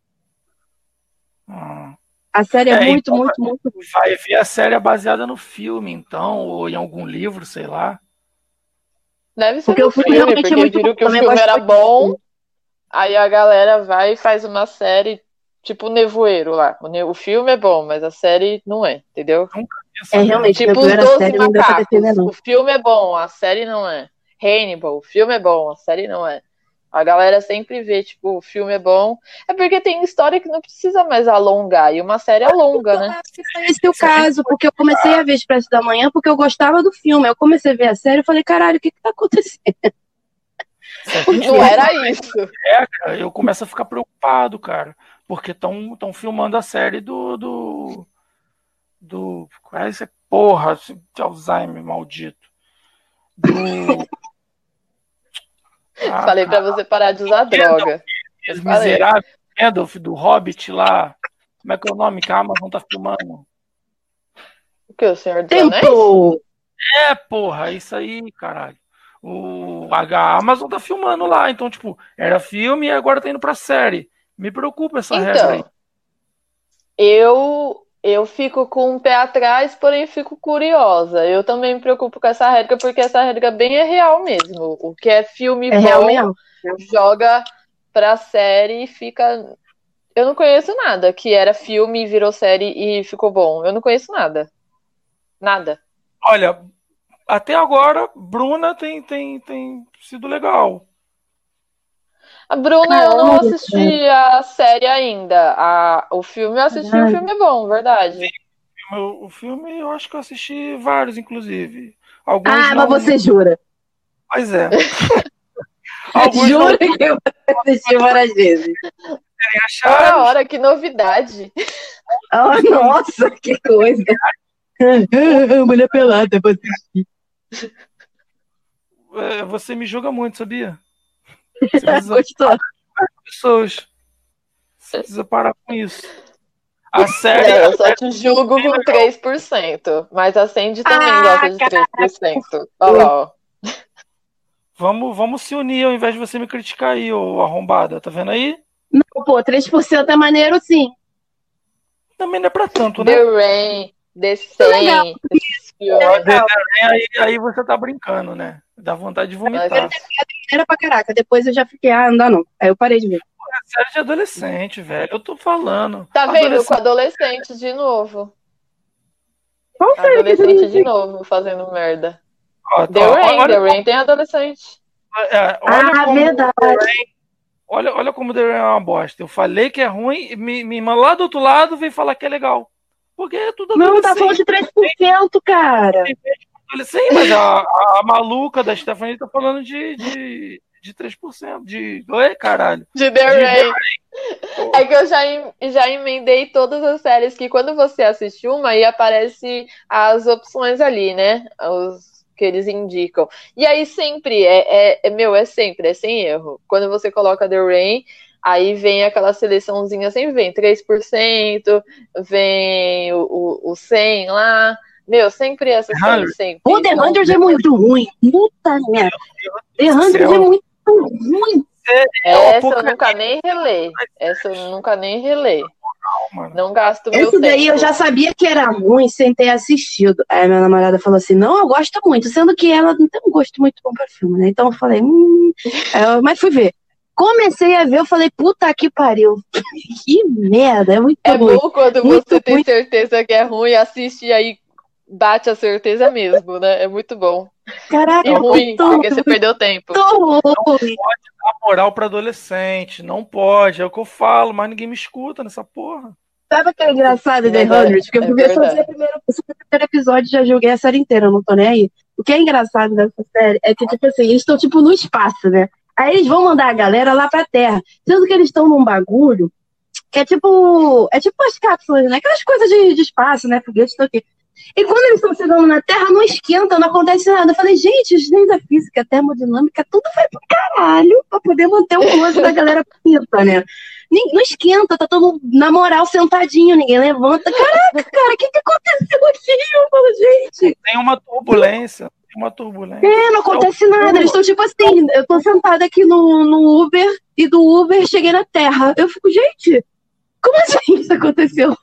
Hum. A série é, é muito, então, muito, muito ruim. Vai ver a série baseada no filme, então, ou em algum livro, sei lá. Deve ser porque no eu fui filme, realmente porque muito viram que o filme era bom, aí a galera vai e faz uma série, Tipo o Nevoeiro lá. O, ne- o filme é bom, mas a série não é, entendeu? Nunca vi essa É série. realmente, Tipo tipo, os era Doze série, não dá pra Macacos. defender, não. O filme é bom, a série não é. Hannibal, o filme é bom, a série não é. A galera sempre vê, tipo, o filme é bom. É porque tem história que não precisa mais alongar. E uma série alonga, né? Acho que foi esse o caso, porque eu comecei a ver Expresso da Manhã porque eu gostava do filme. Eu comecei a ver a série e falei, caralho, o que que tá acontecendo? Se a gente Não for era isso. Rebeca, eu começo a ficar preocupado, cara. Porque estão filmando a série do. do. do. Qual é esse porra esse de Alzheimer maldito? Do. Ah, Falei pra você parar de usar droga. Eu Os falei. Miseráveis, Gandalf, do Hobbit lá. Como é que é o nome que a Amazon tá filmando? O que, o Senhor dos Anéis? Tempo! É, porra, isso aí, caralho. O, a Amazon tá filmando lá, então, tipo, era filme e agora tá indo pra série. Me preocupa essa regra aí. Então, eu, eu fico com um pé atrás, porém fico curiosa. Eu também me preocupo com essa regra, porque essa regra bem é real mesmo. O que é filme É real bom, mesmo. joga pra série e fica... Eu não conheço nada que era filme e virou série e ficou bom. Eu não conheço nada. Nada. Olha, até agora, Bruna tem, tem, tem sido legal. A Bruna, Ah, eu não olha, assisti a série ainda. A, o filme eu assisti, o Caralho. filme é bom, verdade. O, o filme, eu acho que eu assisti vários, inclusive. Alguns Ah, não, mas você jura? Pois é. Alguns Jura não que eu assisti várias vezes. acharam. Ora, hora, que novidade. Oh, nossa, que coisa. Mulher pelada, você assistir. É, você me julga muito, sabia? Você precisa Gostou? pessoas. Você precisa parar com isso. A série. É, eu só te julgo com três por cento. Mas a Sandy também Ah, gosta de três por cento. Olha lá, ó. Vamos, vamos se unir ao invés de você me criticar aí, ô arrombada. Tá vendo aí? Não, pô, três por cento é maneiro, sim. Também não é pra tanto, né? The Rain, The legal. cem, esses filmes. legal. Aí, aí você tá brincando, né? Dá vontade de vomitar. Era pra caraca. Depois eu já fiquei, ah, não dá não. Aí eu parei de ver. É série de adolescente, velho. Eu tô falando. Tá vendo? Com Adolescente- adolescente de novo. Qual série que Adolescente você de novo fazendo merda. Ó, The ó, Rain, olha, The Rain tem adolescente. é, olha Ah, como verdade. The Rain- olha, olha como The Rain é uma bosta. Eu falei que é ruim, e mi- minha irmã lá do outro lado veio falar que é legal. Porque é tudo Não, tá adolescente. falando de três por cento, cara. Sim, mas a, a maluca da Stephanie tá falando de, de, de três por cento. De. Oi, caralho. De The Rain. É que eu já, em- já emendei todas as séries que quando você assiste uma aí aparece as opções ali, né? Os que eles indicam. E aí sempre, é, é, é meu, é sempre, é sem erro. Quando você coloca The Rain, aí vem aquela seleçãozinha, sempre vem três por cento, vem o, o, o cem lá. Meu, sempre essa série, sempre. O The Então, Hundred é muito ruim. Puta merda. The Hundred é muito ruim. É essa uma eu nunca nem relei. Essa eu nunca nem relei. mano. Não gasto meu Esse daí tempo. eu já sabia que era ruim sem ter assistido. Aí minha namorada falou assim, não, eu gosto muito. Sendo que ela não tem um gosto muito bom pra filme, né? Então eu falei, hum... Aí eu- mas fui ver. Comecei a ver, eu falei, puta que pariu. Que merda, é muito É ruim. bom quando Muito, você tem muito. certeza que é ruim, assiste e aí bate a certeza mesmo, né? É muito bom. Caraca, E ruim, muito, porque você perdeu tempo. muito ruim. Dá moral pra adolescente. Não pode. É o que eu falo, mas ninguém me escuta nessa porra. Sabe o que é engraçado de The Verdade, Hundred? Porque eu é fui ver só verdade. o primeiro, só o primeiro episódio e já joguei a série inteira, eu não tô nem aí. O que é engraçado dessa série é que, tipo assim, eles estão, tipo, no espaço, né? Aí eles vão mandar a galera lá pra Terra. Sendo que eles estão num bagulho que é tipo. É tipo as cápsulas, né? Aquelas coisas de, de espaço, né? Foguetes estão aqui. E quando eles estão chegando na Terra, não esquenta, não acontece nada. Eu falei, gente, os leis da física, a termodinâmica, tudo vai pro caralho pra poder manter o close da galera bonita, né? Nem- Não esquenta, tá todo mundo, na moral, sentadinho, ninguém levanta. Caraca, cara, o que, que aconteceu aqui? Eu falo, gente, Tem uma turbulência. Tem uma turbulência. é, não acontece nada. Eles estão tipo assim, eu tô sentada aqui no, no Uber e do Uber cheguei na Terra. Eu fico, gente, como assim isso aconteceu?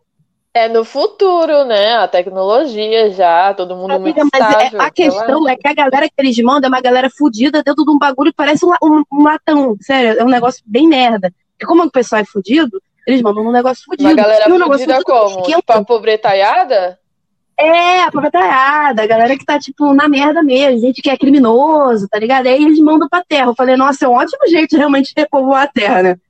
É no futuro, né? A tecnologia já, todo mundo muito Amiga, mas é- estável. a questão é que a galera que eles mandam é uma galera fudida dentro de um bagulho que parece um, la- um- um latão. Sério, é um negócio bem merda. Porque como o pessoal é fudido, Eles mandam um negócio fudido. Uma galera E um negócio fudida fudido como? esquenta. Tipo a pobretaiada? É, a papatarada, a galera que tá, tipo, na merda mesmo, gente que é criminoso, tá ligado? Aí eles mandam pra terra. Eu falei, nossa, é um ótimo jeito de realmente repovoar a terra, né?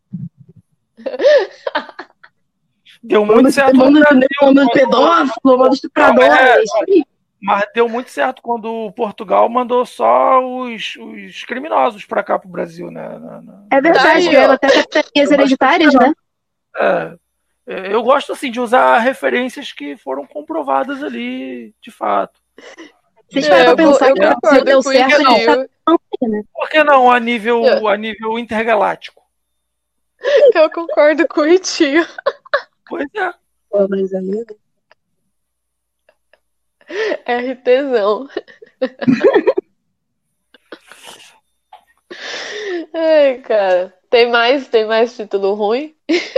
Deu muito Manda, certo. manda, no Brasil, manda quando- pedófilo, manda estuprador, Não, é, é isso aí. Mas deu muito certo quando Portugal mandou só os, os criminosos pra cá pro Brasil, né? Na- na- É verdade, Tá aí, criaram ó. até capitanias hereditárias, né? É, eu gosto assim de usar referências que foram comprovadas ali, de fato. Vocês É, param eu, pra co- pensar eu que o Brasil concordo deu com o certo, a gente tá Tio. né? Por que não a nível, Eu- a nível intergaláctico? Eu concordo com o Tio. Pois é. Pô, mas aí... RTzão. Ai, cara. Tem mais, tem mais título ruim?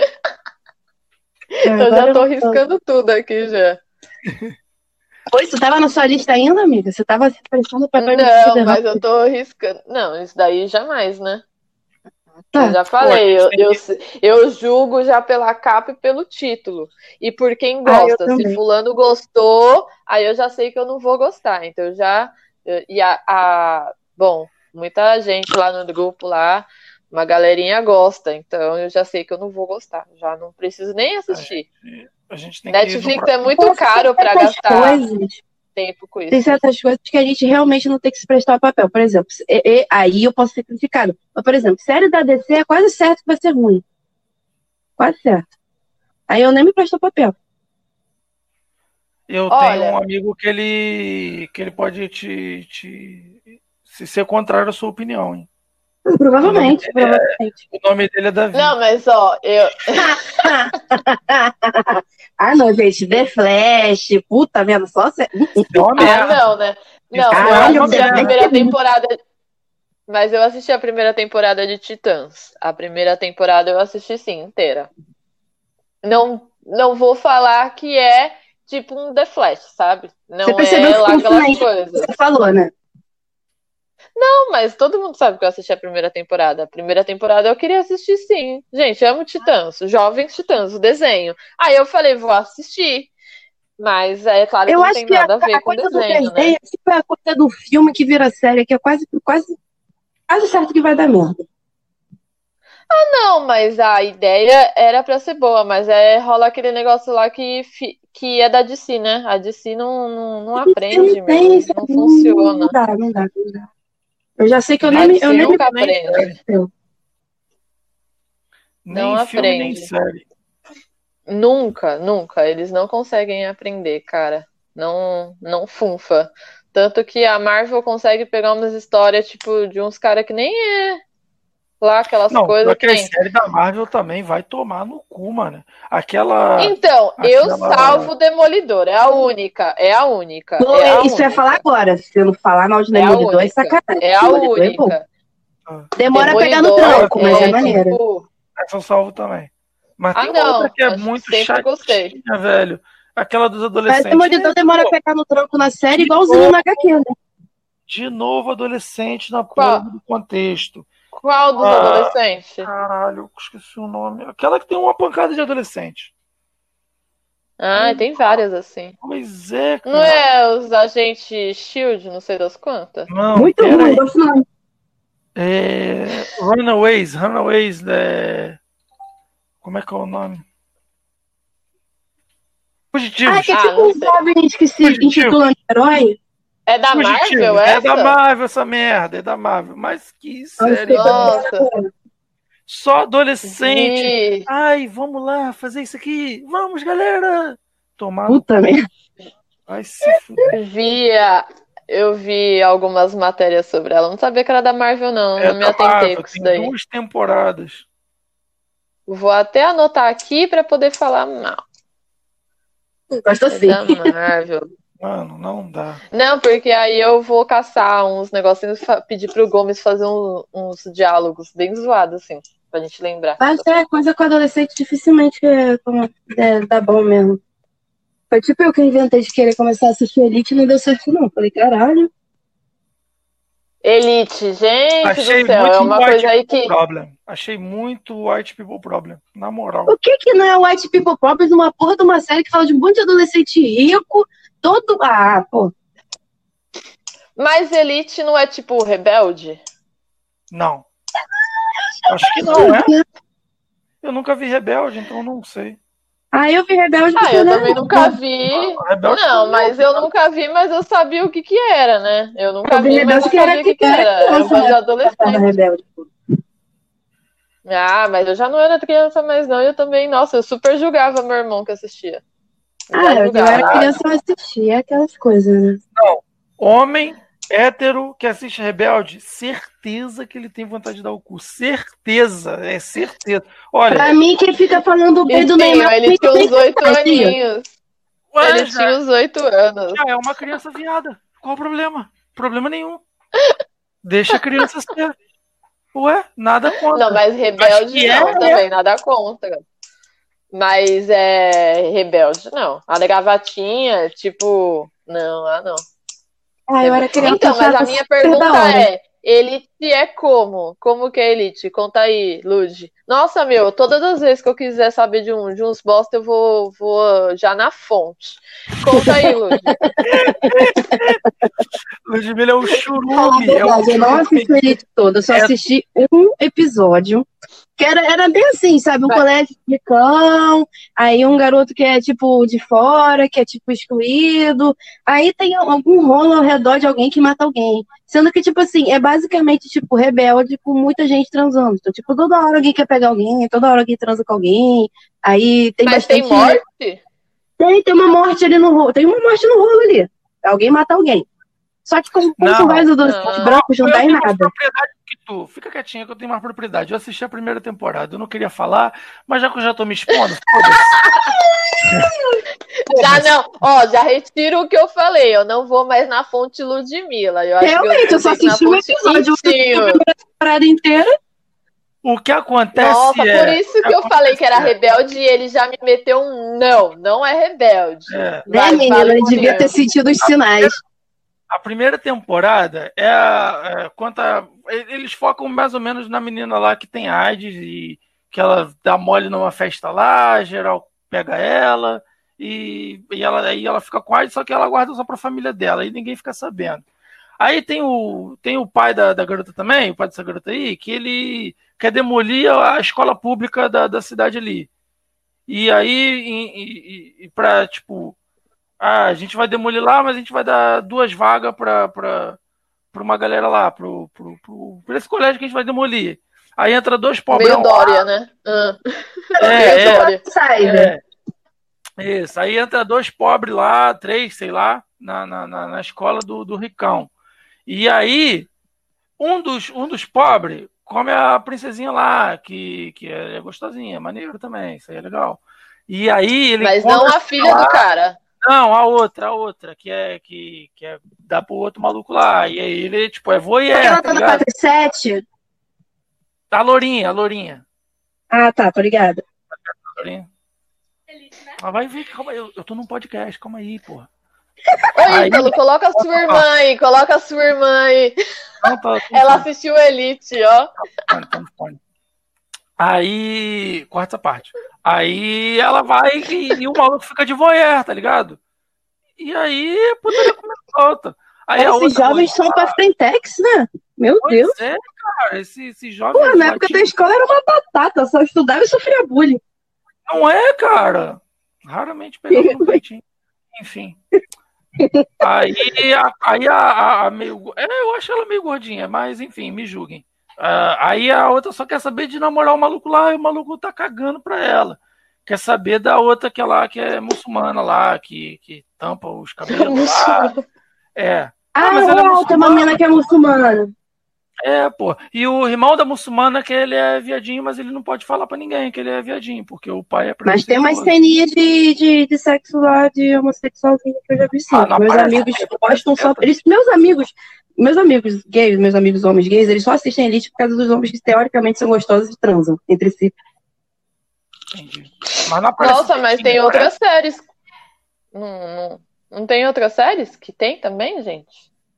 Eu já Agora tô eu- riscando tudo aqui já. Oi, você tava na sua lista ainda, amiga? Você tava se prestando pra pegar Não, mas eu tô riscando. Não, isso daí jamais, né? Tá. Eu já falei, eu, Pô, a gente eu, eu julgo já pela capa e pelo título. E por quem Ah, eu gosta. Se também. fulano gostou, aí eu já sei que eu não vou gostar. Então eu já. eu- E a, a- Bom, muita gente lá no grupo lá, uma galerinha gosta. Então eu já sei que eu não vou gostar. Já não preciso nem assistir. A gente tem Netflix que. é muito caro pra Certas gastar coisas, tempo com tem isso. certas coisas que a gente realmente não tem que se prestar ao papel. Por exemplo, e- e- aí eu posso ser criticado. Mas, por exemplo, série da D C é quase certo que vai ser ruim. Quase certo. Aí eu nem me presto ao papel. Eu Olha- tenho um amigo que ele que ele pode te, te se ser contrário à sua opinião, hein? Provavelmente, provavelmente. O nome dele é Davi. Não, mas ó, eu. Ah, não, gente. The Flash, puta merda, só sé- É uma Ah, merda. não, né? Não, Isso eu é uma assisti a merda. primeira temporada. Mas eu assisti a primeira temporada de Titãs. A primeira temporada eu assisti sim, inteira. Não, não vou falar que é tipo um The Flash, sabe? Não Você percebeu é que lá ficou aquelas influente. coisas. Você falou, né? Não, mas todo mundo sabe que eu assisti a primeira temporada. A primeira temporada eu queria assistir sim. Gente, amo Titãs, Jovens Titãs, o desenho. Aí eu falei, vou assistir. Mas é claro que Eu não acho tem que a, nada a ver a com coisa do desenho, né? desenho é tipo a coisa do filme que vira série, que é quase, quase, quase certo que vai dar merda. Não, mas a ideia era pra ser boa, mas é rola aquele negócio lá que, fi- que é da D C, né? A D C não, não, não aprende, Não tem, meu, sabe? não funciona. Não dá, não dá, não dá. Eu já sei que eu A nem, me- D C eu nem me nunca nem aprende. eu. Nem Não filme, nem aprende. série. Nunca, nunca. Eles não conseguem aprender, cara. Não, não funfa. Tanto que a Marvel consegue pegar umas histórias, tipo, de uns caras que nem é lá aquelas Não, coisas só que que a tem. série da Marvel também vai tomar no cu, mano. Aquela. Então, eu aquela- salvo o Demolidor. É a única. É a única. Pô, É a isso é única. falar agora. Se eu não falar mal de É a Demolidor, é única. sacanagem. É a Demolidor é bom. única. Demora a pegar no Demolidor tranco, mas é, é maneiro. tipo. Essa eu salvo também. Mas Ah, tem uma não. outra que é Acho que muito sempre gostei. chatinha, velho. Aquela dos Mas adolescentes. Demolidor É, demora a pô, pegar no tranco na série, igualzinho na H Q, né? de novo adolescente na Qual? porra do contexto. Qual dos Ah. adolescentes? Caralho, eu esqueci o nome. Aquela que tem uma pancada de adolescente. Ah, tem várias assim. Pois é, cara. Não é os agentes Shield, não sei das quantas? Não, Muito pera ruim, aí. gosto não. É... Runaways, Runaways, é... como é que é o nome? Fugitivos. Ah, que é Ah, tipo não uns sei. jovens que se Fugitivo. intitulam de herói. É da Fugitivos. Marvel, É essa? da Marvel essa merda, é da Marvel. Mas que série. Nossa. Só adolescente. Vi. Ai, vamos lá fazer isso aqui. Vamos, galera. Tomar no Puta merda. Vai se fuder. Via. Eu vi algumas matérias sobre ela. Não sabia que era da Marvel, não. É Não me da atentei Marvel, com isso tem daí. duas temporadas. Vou até anotar aqui pra poder falar mal. Gosto É assim. da Marvel. Mano, não dá. Não, porque aí eu vou caçar uns negocinhos, fa- pedir pro Gomes fazer um- uns diálogos bem zoados, assim, pra gente lembrar. Mas é coisa com adolescente dificilmente é, como- é, dá bom mesmo. Foi tipo eu que inventei de querer começar a assistir Elite e não deu certo, não. Falei, caralho. Elite, gente Achei do céu, muito é uma White coisa aí People que. Problem. Achei muito White People Problem, na moral. O que que não é White People Problems numa porra de uma série que fala de um monte de adolescente rico, todo... Ah, pô. Mas Elite não é tipo Rebelde? Não. Acho que não, é? Eu nunca vi Rebelde, então não sei. Ah, eu vi Rebelde. Ah, eu né? também nunca vi. Rebelde Não, foi mas louco, eu nunca vi, mas eu sabia o que que era, né? Eu nunca Eu vi vi, mas Rebelde eu que era sabia o que que criança, era. Era um bando de né? Tava adolescente. Rebelde. Ah, mas eu já não era criança mais não, eu também, nossa, eu super julgava meu irmão que assistia. Eu já Ah, eu julgava. era criança, eu assistia aquelas coisas, né? Não. Homem hétero que assiste Rebelde, certeza que ele tem vontade de dar o cu. Certeza, é certeza. Olha, Pra mim, quem fica falando bem E do sim, Neymar... ele tinha uns oito fazia. aninhos. ué, Ele já, tinha uns oito anos. já é uma criança viada. Qual o problema? Problema nenhum. Deixa a criança ser. Ué, nada contra. Não, mas Acho rebelde que não, é, também, nada contra. Mas é rebelde, não. A gravatinha, tipo, não, ah, não. Ah, eu era criança, Então, eu mas a achava minha super da pergunta hora. é, Elite é como? Como que é Elite? Conta aí, Lud. Nossa, meu, todas as vezes que eu quiser saber de, um, de uns bosta, eu vou, vou já na fonte. Conta aí, Lud. Ludmilla é um Falar a churume. É um verdade, eu não churume. assisti o Elite todo, eu só É- assisti um episódio, que era, era bem assim, sabe? Um Vai. colégio de cão, aí um garoto que é, tipo, de fora, que é, tipo, excluído, aí tem algum rolo ao redor de alguém que mata alguém. Sendo que, tipo assim, é basicamente, tipo, rebelde com muita gente transando. Então, tipo, toda hora alguém quer pegar alguém, toda hora alguém transa com alguém, aí tem Mas bastante... tem morte? Tem, tem uma morte ali no rolo, tem uma morte no rolo ali. Alguém mata alguém. Só que como, como Não. são vários adolescentes Não. brancos, não Eu dá em tenho mais nada. propriedade que tu. Fica quietinha que eu tenho mais propriedade. Eu assisti a primeira temporada. Eu não queria falar, mas já que eu já tô me expondo, foda-se. Já não, ó, já retiro o que eu falei. Eu não vou mais na fonte Ludmilla. Eu acho Realmente, que eu, eu só tenho que ir na assisti um fonte episódio, eu assisti a Itinho. primeira temporada inteira. O que acontece Nossa, é... por isso que eu acontece falei que era é- rebelde e ele já me meteu um não, não é rebelde. é, Né, Vai, menina? fala Eu devia comigo. ter sentido os sinais. A primeira temporada é, a- é conta. Eles focam mais ou menos na menina lá que tem AIDS e que ela dá mole numa festa lá, geral pega ela e, e ela, aí ela fica com AIDS, só que ela guarda só pra família dela e ninguém fica sabendo. Aí tem o, tem o pai da, da garota também, o pai dessa garota aí, que ele quer demolir a escola pública da, da cidade ali. E aí, e, e, e pra, tipo, ah, a gente vai demolir lá, mas a gente vai dar duas vagas pra, pra, pra uma galera lá, pro, pro, pro, pra esse colégio que a gente vai demolir. Aí entra dois pobrão Meio Dória, né? Ah. É, Meio é, Dória. Sai, né? é. Isso, aí entra dois pobres lá, três, sei lá, na, na, na, na escola do, do Ricão. E aí, um dos, um dos pobres come a princesinha lá, que, que é gostosinha, maneiro também, isso aí é legal. E aí ele Mas come não a filha do cara. Não, a outra, a outra, que é que, que é dá pro outro maluco lá. E aí ele, tipo, é voyeur, Aquela tá toda ligado? quatro sete. A lourinha, a lourinha. Ah, tá, tô ligada. A lourinha. Ah, vai ver, calma aí, eu, eu tô num podcast, calma aí, porra. Oi, Aí- Ítalo, coloca a sua irmã aí, coloca a sua irmã aí. Não, tá, tá, Ela tá, assistiu Elite, ó. tá, tá no fone. Aí, corta essa parte. Aí ela vai e, e o maluco fica de voyeur, tá ligado? E aí, a putaria começa solta. Aí a Esses outra jovens são loira- pra Frentex, né? Meu Deus. Pois é, cara, esse, esse jovem. Porra, na época da escola era uma batata, só estudava e sofria bullying. Não é, cara. Raramente pegava no peitinho. Enfim. Aí, a, aí a, a, a meio. É, eu acho ela meio gordinha, mas enfim, me julguem. Ah, aí a outra só quer saber de namorar o maluco lá e o maluco tá cagando pra ela. Quer saber da outra que é lá, que é muçulmana lá, que, que tampa os cabelos lá. É. Ah, mas ela é uau, tem uma muçulmana. menina que é muçulmana. É, pô. E o irmão da muçulmana, que ele é viadinho, mas ele não pode falar pra ninguém que ele é viadinho, porque o pai é Mas tem umas preconceituoso. ceninhas de, de, de sexo lá, de homossexualzinho que eu já vi sim. Ah, não meus aparece, amigos não gostam só. aparece. Eles, meus amigos, meus amigos gays, meus amigos homens gays, eles só assistem Elite por causa dos homens que teoricamente são gostosos e transam entre si. Entendi. Mas não aparece Nossa, mas peitinho, tem não outras séries. Não, não, não tem outras séries que tem também, gente?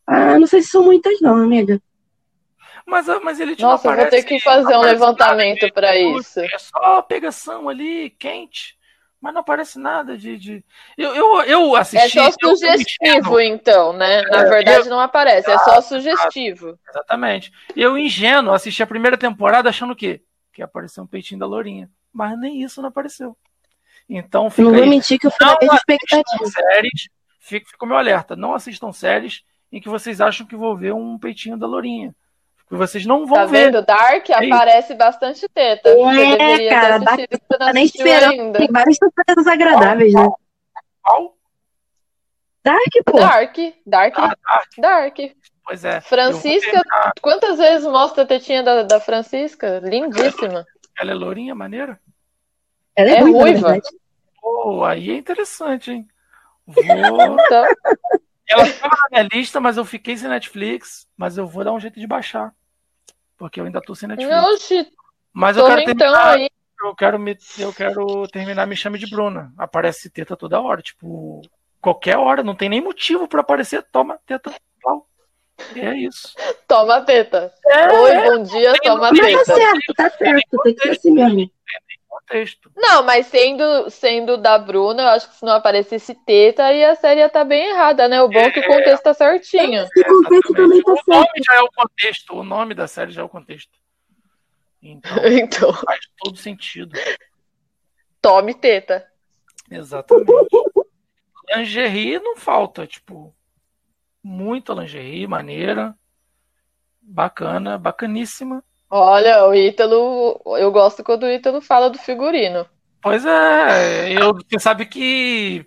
Ah, não sei se são muitas não, amiga. Mas, mas ele te Nossa, eu vou ter que fazer um levantamento para isso. É só pegação ali, quente. Mas não aparece nada de. de... Eu, eu, eu assisti. É só sugestivo, eu, então, né? Na é, verdade, eu, não aparece, é só sugestivo. Exatamente. Eu, ingênuo, assisti a primeira temporada achando o quê? Que ia aparecer um peitinho da Lourinha. Mas nem isso não apareceu. Então, fica não aí. vou mentir que eu fui na expectativa. Séries, fica, fica o meu alerta. Não assistam séries em que vocês acham que vou ver um peitinho da Lourinha. Que vocês não vão tá ver. Tá vendo? Dark é aparece bastante teta. É, você deveria cara, ter assistido, Dark tá nem esperando. Ainda. Tem várias surpresas agradáveis, Qual? né? Qual? Dark, pô. Dark. Dark. Ah, Dark. Dark. Pois é. Francisca, quantas vezes mostra a tetinha da, da Francisca? Lindíssima. Ela é lourinha, maneira? Ela é, é ruiva. Pô, aí é interessante, hein? Vou... Então... Ela estava na minha lista, mas eu fiquei sem Netflix. Mas eu vou dar um jeito de baixar. Porque eu ainda tô sem Netflix. Oxi, mas eu quero então terminar. Aí. Eu quero, me, eu quero terminar Me Chame de Bruna. Aparece teta toda hora. Tipo, qualquer hora. Não tem nem motivo pra aparecer. Toma teta. Pau. E é isso. Toma teta. É, Oi, bom dia, tem, toma mas teta. Mas tá certo, tá certo. Tem que ser assim mesmo. Contexto. Não, mas sendo, sendo da Bruna, eu acho que se não aparecesse teta, aí a série ia estar bem errada, né? O bom é que o contexto tá certinho. É, o contexto também tá certo. O nome já é o contexto. O nome da série já é o contexto. Então, então. faz todo sentido. Tome teta. Exatamente. Lingerie não falta, tipo, muita lingerie, maneira, bacana, bacaníssima. Olha, o Ítalo, eu gosto quando o Ítalo fala do figurino. Pois é, eu, você sabe que...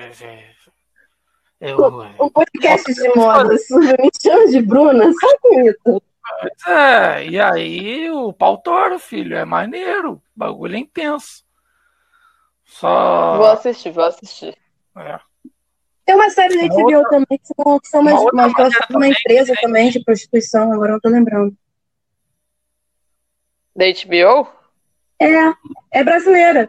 Eu, o podcast de moda Me Chame de Bruna, só com isso. Pois é, e aí o pau tora, filho, é maneiro, o bagulho é intenso. Só... Vou assistir, vou assistir. É. Tem uma série da H B O também que são, que são umas, umas uma, uma empresa também, também de prostituição, agora não tô lembrando. Da H B O? É, é brasileira.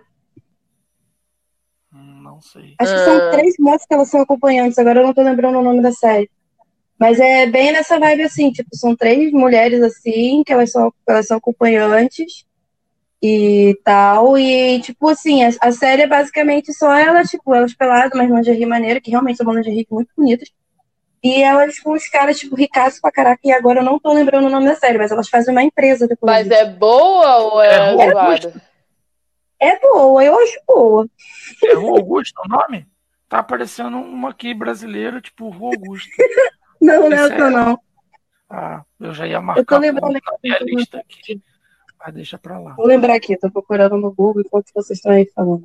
Hum, não sei. Acho que são ah. três moças que elas são acompanhantes, agora eu não tô lembrando o nome da série. Mas é bem nessa vibe assim, tipo, são três mulheres assim, que elas são, elas são acompanhantes e tal, e tipo assim, a, a série é basicamente só elas, tipo, elas peladas, mas lingerie maneira, que realmente são lingerie muito bonitas. E elas com os caras, tipo, ricaços pra caraca, e agora eu não tô lembrando o nome da série, mas elas fazem uma empresa depois. Mas disso. é boa ou é zoada? É, é boa, eu acho boa. É Rua Augusto o nome? Tá aparecendo uma aqui brasileira, tipo Rua Augusto. Não, não é essa não. Ah, eu já ia marcar eu tô lembrando na minha aqui, lista aqui. Mas deixa pra lá. Vou lembrar aqui, tô procurando no Google enquanto vocês estão aí falando.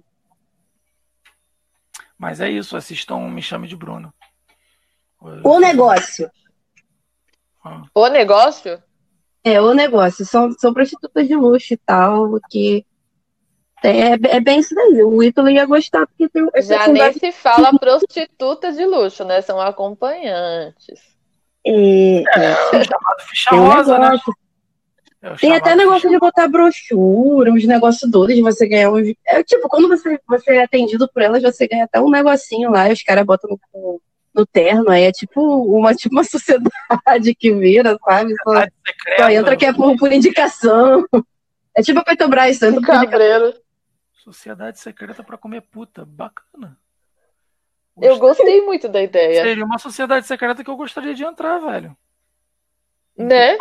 Mas é isso, assistam Me Chame de Bruno. O Negócio. Ah. O Negócio? É, O Negócio. São, são prostitutas de luxo e tal, que é, é bem isso daí. O Ítalo ia gostar, porque tem... Já nem se fala prostitutas de luxo, né? São acompanhantes. É, é o chamado ficha rosa, né? É tem até negócio de botar brochura, uns negócios doidos de você ganhar uns... É, tipo, quando você, você é atendido por elas, você ganha até um negocinho lá, e os caras botam no, no terno, aí é tipo uma, tipo uma sociedade que vira, sabe? Só, só entra que é por, por indicação. É tipo a Petrobras, entra por Cabreiro. Sociedade secreta pra comer puta, bacana. Gostei. Eu gostei muito da ideia. Seria uma sociedade secreta que eu gostaria de entrar, velho. Né?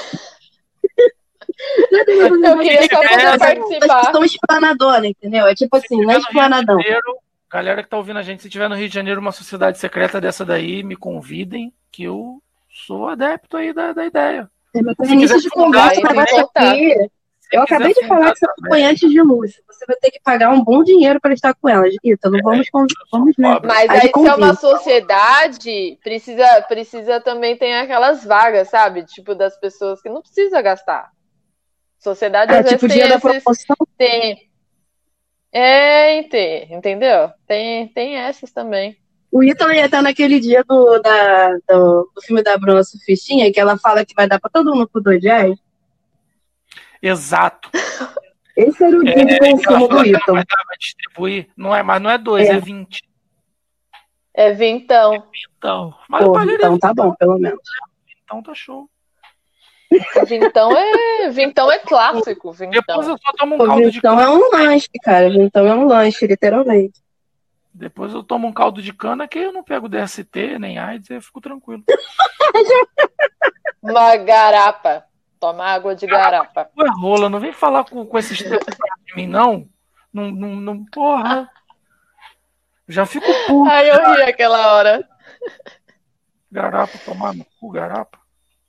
Eu queria só poder participar. Estão explanadona, entendeu? É tipo assim, não é explanadão. Galera que tá ouvindo a gente, se tiver no Rio de Janeiro uma sociedade secreta dessa daí, me convidem, que eu sou adepto aí da, da ideia. É, mas tem início de conversa, aqui. Eu acabei de falar que são acompanhantes de luxo. Você vai ter que pagar um bom dinheiro para estar com elas. Ítalo, vamos, vamos ver. Mas aí, se é uma sociedade, precisa, precisa também ter aquelas vagas, sabe? Tipo, das pessoas que não precisa gastar. Sociedade, é, às tipo, vezes, dia tem da esses, promoção. Tem. É, tem, entendeu? Tem, tem essas também. O Ítalo ia estar naquele dia do, da, do, do filme da Bruna Surfistinha, que ela fala que vai dar para todo mundo por dois reais. Exato. Esse era o dia de consumo do Ítalo. Vai, vai distribuir, não é, mas não é dois, é, é vinte. É vintão. Então, mas Pô, eu pagaria então tá bom, pelo menos. então tá show. Vintão é, vintão é clássico. Depois Vintão. eu só tomo um Pô, caldo de Vintão cana. é um lanche, cara. Vintão é um lanche, literalmente. Depois eu tomo um caldo de cana que eu não pego D S T, nem AIDS, eu fico tranquilo. Uma garapa. Toma água de garapa. Ué, rola, não vem falar com, com esses tempos de mim, não. Não, não, não. Porra. Já fico puto. Ai, eu ri aquela hora. Garapa, tomar no cu, garapa.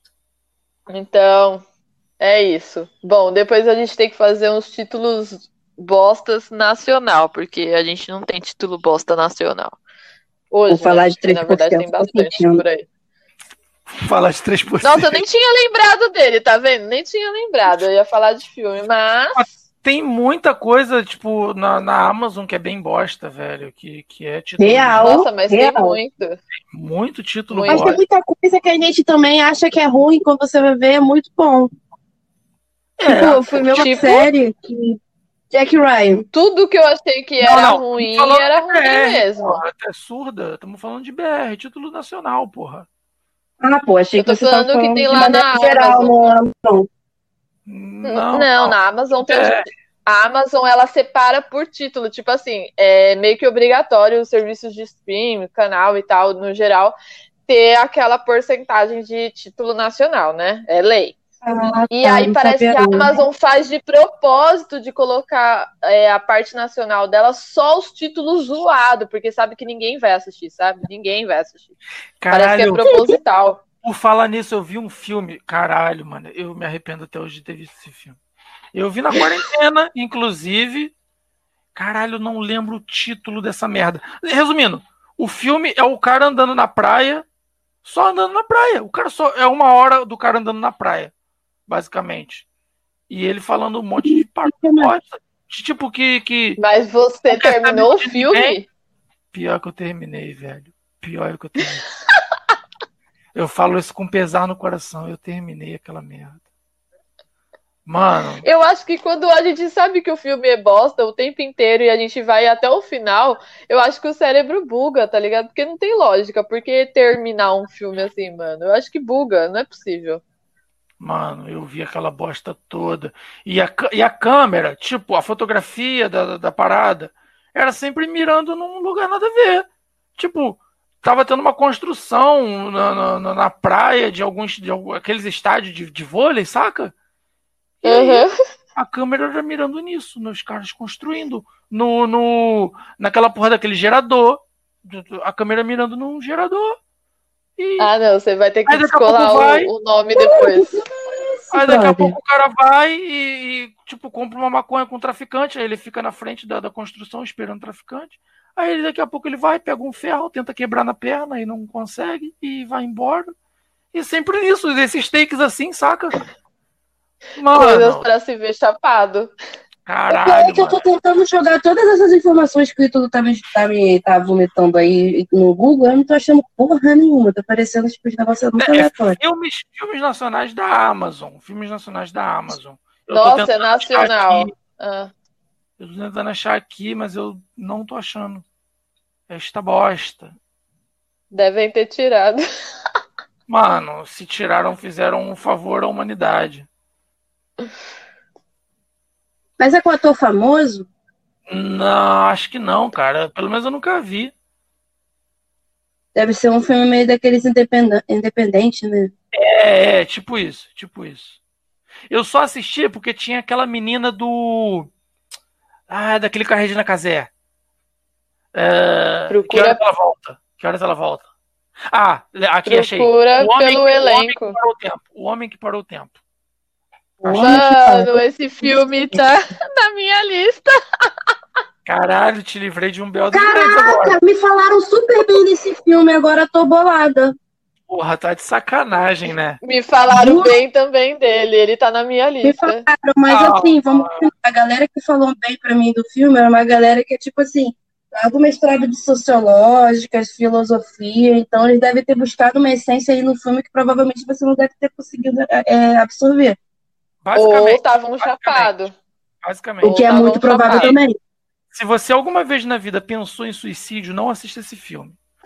Então, é isso. Bom, depois a gente tem que fazer uns títulos bostas nacional, porque a gente não tem título bosta nacional. Hoje, Vou falar né? de Porque, na verdade, tem três por cento, tô bastante sentindo. por aí. Falar de três por cento. Nossa, eu nem tinha lembrado dele, tá vendo? Nem tinha lembrado. Eu ia falar de filme, mas... Tem muita coisa, tipo, na, na Amazon que é bem bosta, velho. Que, que é título. Real. Nossa, mas tem real. muito. Muito título Muito. Mas tem bosta. muita coisa que a gente também acha que é ruim, quando você vai ver, é muito bom. Tipo, eu fui ver uma tipo? série que... Jack Ryan. Tudo que eu achei que Não, era não, ruim, estamos falando era de ruim B R, mesmo. Porra, é surda. Estamos falando de B R, título nacional, porra. Ah, pô, achei Eu que tô você tava falando que falando tem de lá maneira na geral Amazon. no Amazon. Não, Não, na Amazon tem. É. A Amazon ela separa por título, tipo assim, é meio que obrigatório os serviços de stream, canal e tal, no geral, ter aquela porcentagem de título nacional, né? É lei. Ah, E tá, aí não parece sabia que a não. Amazon faz de propósito de colocar é, a parte nacional dela só os títulos zoados, porque sabe que ninguém vai assistir, sabe? Ninguém vai assistir. Parece que é Caralho, proposital. por falar nisso, eu vi um filme. Caralho, mano, eu me arrependo até hoje de ter visto esse filme. Eu vi na quarentena, inclusive. Caralho, eu não lembro o título dessa merda. Resumindo, o filme é o cara andando na praia, só andando na praia. O cara só é uma hora do cara andando na praia, basicamente. E ele falando um monte de parosta. Tipo que, que. Mas você Não quer terminou o saber de filme? ninguém? Pior que eu terminei, velho. Pior que eu terminei. Eu falo isso com pesar no coração. Eu terminei aquela merda. Mano. Eu acho que quando a gente sabe que o filme é bosta o tempo inteiro e a gente vai até o final, eu acho que o cérebro buga, tá ligado? Porque não tem lógica. Por que terminar um filme assim, mano? Eu acho que buga, não é possível. Mano, eu vi aquela bosta toda. E a, e a câmera, tipo, a fotografia da, da, da parada, era sempre mirando num lugar nada a ver. Tipo, tava tendo uma construção na, na, na praia de alguns de aqueles estádios de, de vôlei, saca? E aí, Uhum. a câmera era mirando nisso, nos caras construindo, no, no, naquela porra daquele gerador, a câmera mirando num gerador. E Ah, não, você vai ter que Aí daqui a descolar pouco vai. o, o nome depois. aí daqui a brother. pouco o cara vai e, e, tipo, compra uma maconha com um traficante, aí ele fica na frente da, da construção esperando o traficante. Aí ele, daqui a pouco ele vai, pega um ferro, tenta quebrar na perna e não consegue, e vai embora. E sempre nisso, esses takes assim, saca? Coisas Mano, pra se ver chapado. caralho, É que eu tô mano. tentando jogar todas essas informações que tudo tá me, tá me tá vomitando aí no Google, eu não tô achando porra nenhuma. Tá parecendo tipo, de negócio muito É, aleatório. filmes, filmes nacionais da Amazon. Filmes nacionais da Amazon. Eu tô Nossa, é tentando achar nacional. aqui, Ah, eu tô tentando achar aqui, mas eu não tô achando. Esta bosta. devem ter tirado. Mano, se tiraram, fizeram um favor à humanidade. Mas é com ator famoso? Não, acho que não, cara. Pelo menos eu nunca vi. Deve ser um filme meio daqueles independen- independente, né? É, é, tipo isso, tipo isso. Eu só assisti porque tinha aquela menina do. Ah, daquele com a Regina Casé. É, Procura- Que horas ela volta? Que horas ela volta? Ah, aqui achei. Procura O homem, pelo que, elenco. O homem que parou o tempo. O homem que parou o tempo. O homem que Mano, fala. esse filme tá na minha lista. Caralho, te livrei de um belo dos grandes agora. Caraca, me falaram super bem desse filme, agora eu tô bolada. Porra, tá de sacanagem, né? Me falaram Nossa. bem também dele. Ele tá na minha Me lista. falaram, mas Ah, assim, vamos combinar. A galera que falou bem pra mim do filme era uma galera que é tipo assim, algum mestrado de sociológicas, filosofia, então eles devem ter buscado uma essência aí no filme que provavelmente você não deve ter conseguido é, absorver. Ou Basicamente, estavam basicamente. chapados. basicamente. O que é Ou muito tavam provável chapados. também. Se você alguma vez na vida pensou em suicídio, não assista esse filme.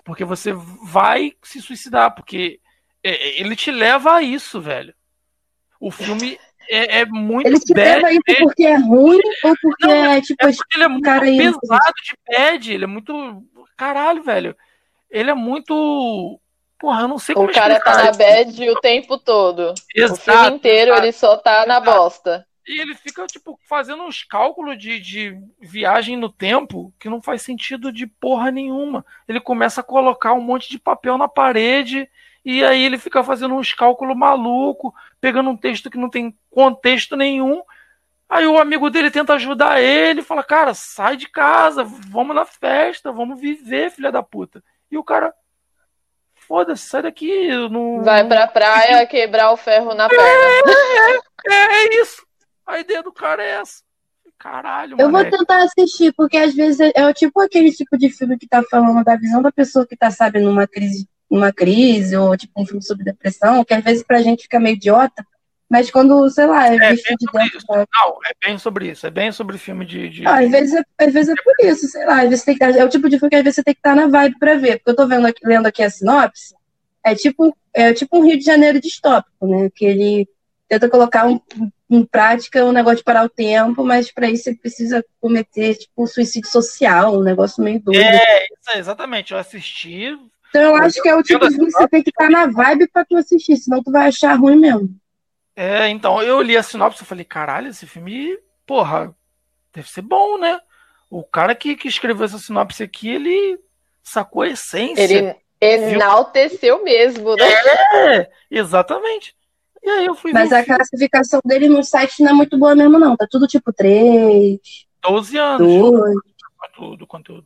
Porque você vai se suicidar, porque ele te leva a isso, velho. O filme é, é muito Ele te bad, leva a isso mesmo. porque é ruim ou porque Não, é tipo... é porque ele é muito cara aí, pesado de bad, ele é muito... Caralho, velho. Ele é muito... Porra, eu não sei como O cara tá explicar na isso. bad o tempo todo. Exato, O filme inteiro exato, ele só tá na exato. bosta. E ele fica, tipo, fazendo uns cálculos de, de viagem no tempo que não faz sentido de porra nenhuma. Ele começa a colocar um monte de papel na parede e aí ele fica fazendo uns cálculos malucos, pegando um texto que não tem contexto nenhum. Aí o amigo dele tenta ajudar ele, fala, cara, sai de casa, vamos na festa, vamos viver, filha da puta. E o cara, foda-se, sai daqui. Eu não, Vai pra praia quebrar o ferro na perna. É, é, é isso. A ideia do cara é essa. Caralho, Eu moleque. vou tentar assistir, porque às vezes é, é tipo aquele tipo de filme que tá falando da visão da pessoa que tá, sabe, numa crise, numa crise, ou tipo um filme sobre depressão, que às vezes pra gente fica meio idiota, mas quando, sei lá, é É visto bem de sobre dentro. isso. Da... Não, é bem sobre isso. É bem sobre filme de. de... Ah, às, vezes é, às vezes é por isso, sei lá. Às vezes tem que, é o tipo de filme que às vezes você tem que estar na vibe pra ver. Porque eu tô vendo aqui, lendo aqui a sinopse, é tipo, é tipo um Rio de Janeiro distópico, né? Que ele tenta colocar um, em prática um negócio de parar o tempo, mas para isso você precisa cometer tipo um suicídio social, um negócio meio doido. É, isso, exatamente. Eu assisti. Então eu acho que é o tipo de filme que você tem que estar na vibe pra tu assistir, senão tu vai achar ruim mesmo. É, então, eu li a sinopse e falei, caralho, esse filme, porra, deve ser bom, né? O cara que, que escreveu essa sinopse aqui, ele sacou a essência. Ele enalteceu mesmo, né? É, exatamente. E aí eu fui Mas ver a o filme. classificação dele no site não é muito boa mesmo, não. Tá tudo tipo três, doze anos dois. do, do conteúdo.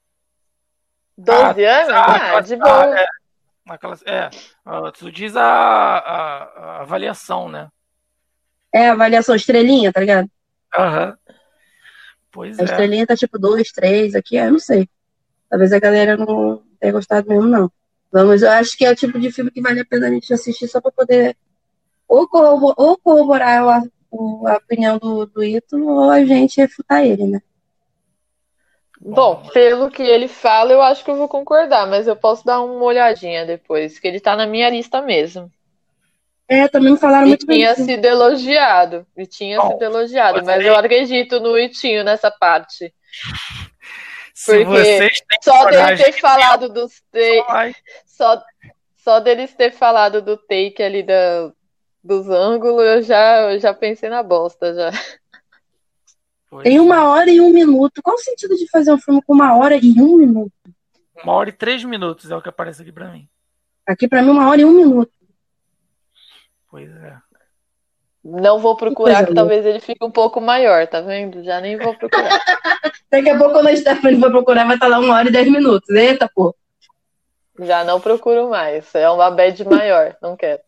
doze anos? Ah, Ah, de boa. É, naquelas, é, ah, tu diz a, a, a avaliação, né? É, avaliação estrelinha, tá ligado? Aham. Pois A é. estrelinha tá tipo dois, três aqui, eu não sei. Talvez a galera não tenha gostado mesmo, não. Vamos, eu acho que é o tipo de filme que vale a pena a gente assistir só pra poder ou, corrobo- ou corroborar a, o- a opinião do, do Ítalo ou a gente refutar ele, né? Bom, pelo que ele fala, eu acho que eu vou concordar, mas eu posso dar uma olhadinha depois, que ele tá na minha lista mesmo. É, também me falaram E muito bem tinha disso. sido elogiado. E tinha Bom, sido elogiado, mas mas aí- eu acredito no Itinho nessa parte. Se Porque vocês têm Só dele coragem ter de falado dos take, falar, só, só deles ter falado do take ali da, dos ângulos, eu já, eu já pensei na bosta já. pois Tem é. uma hora e um minuto. Qual o sentido de fazer um filme com uma hora e um minuto? Uma hora e três minutos é o que aparece aqui pra mim. Aqui pra mim uma hora e um minuto. Pois é. Não vou procurar, coisa que talvez ele fique um pouco maior, tá vendo? Já nem vou procurar. Daqui a pouco, quando a Stephanie for procurar, vai estar lá uma hora e dez minutos. Eita, pô. Já não procuro mais. É uma bad maior, não quero.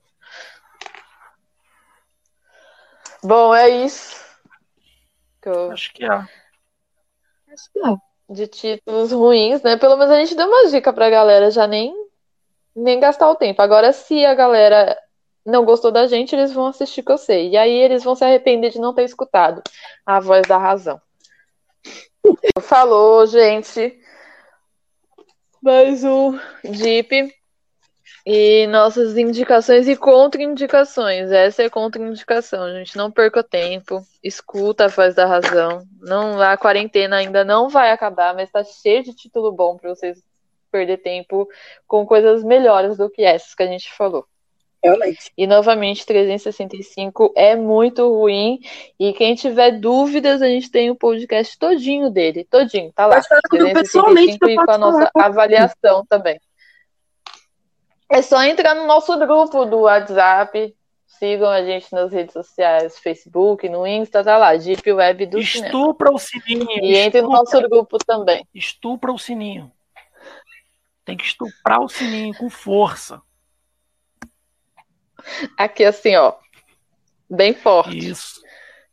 Bom, é isso. Que eu- Acho que é. Acho que é. De títulos ruins, né? Pelo menos a gente deu uma dica pra galera já nem, nem gastar o tempo. Agora, se a galera não gostou da gente, eles vão assistir, que eu sei. E aí eles vão se arrepender de não ter escutado a voz da razão. Falou, gente. Mais um Deep. E nossas indicações e contraindicações. Essa é contraindicação, gente. Não perca tempo. Escuta a voz da razão. Não, a quarentena ainda não vai acabar, mas tá cheio de título bom para vocês perder tempo com coisas melhores do que essas que a gente falou. Realmente. E novamente, trezentos e sessenta e cinco é muito ruim. E quem tiver dúvidas, a gente tem o podcast todinho dele. Todinho, tá lá. Pode falar comigo pessoalmente que eu e com a posso nossa falar. avaliação também. É só entrar no nosso grupo do WhatsApp. Sigam a gente nas redes sociais, Facebook, no Insta, tá lá, Deep Web do Cinema. Estupra o sininho. E entre no nosso grupo também. Estupra o sininho. Tem que estuprar o sininho com força. Aqui assim, ó. Bem forte. Isso.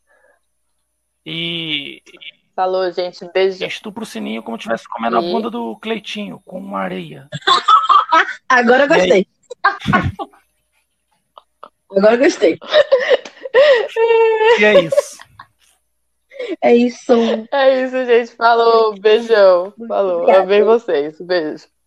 E Falou, gente. Beijo. estupra o sininho como se estivesse comendo a E- bunda do Cleitinho, com areia. Agora eu gostei. Agora eu gostei. E é isso. É isso. É isso, gente. Falou. Beijão. Falou. Obrigada. Amei vocês. Beijo.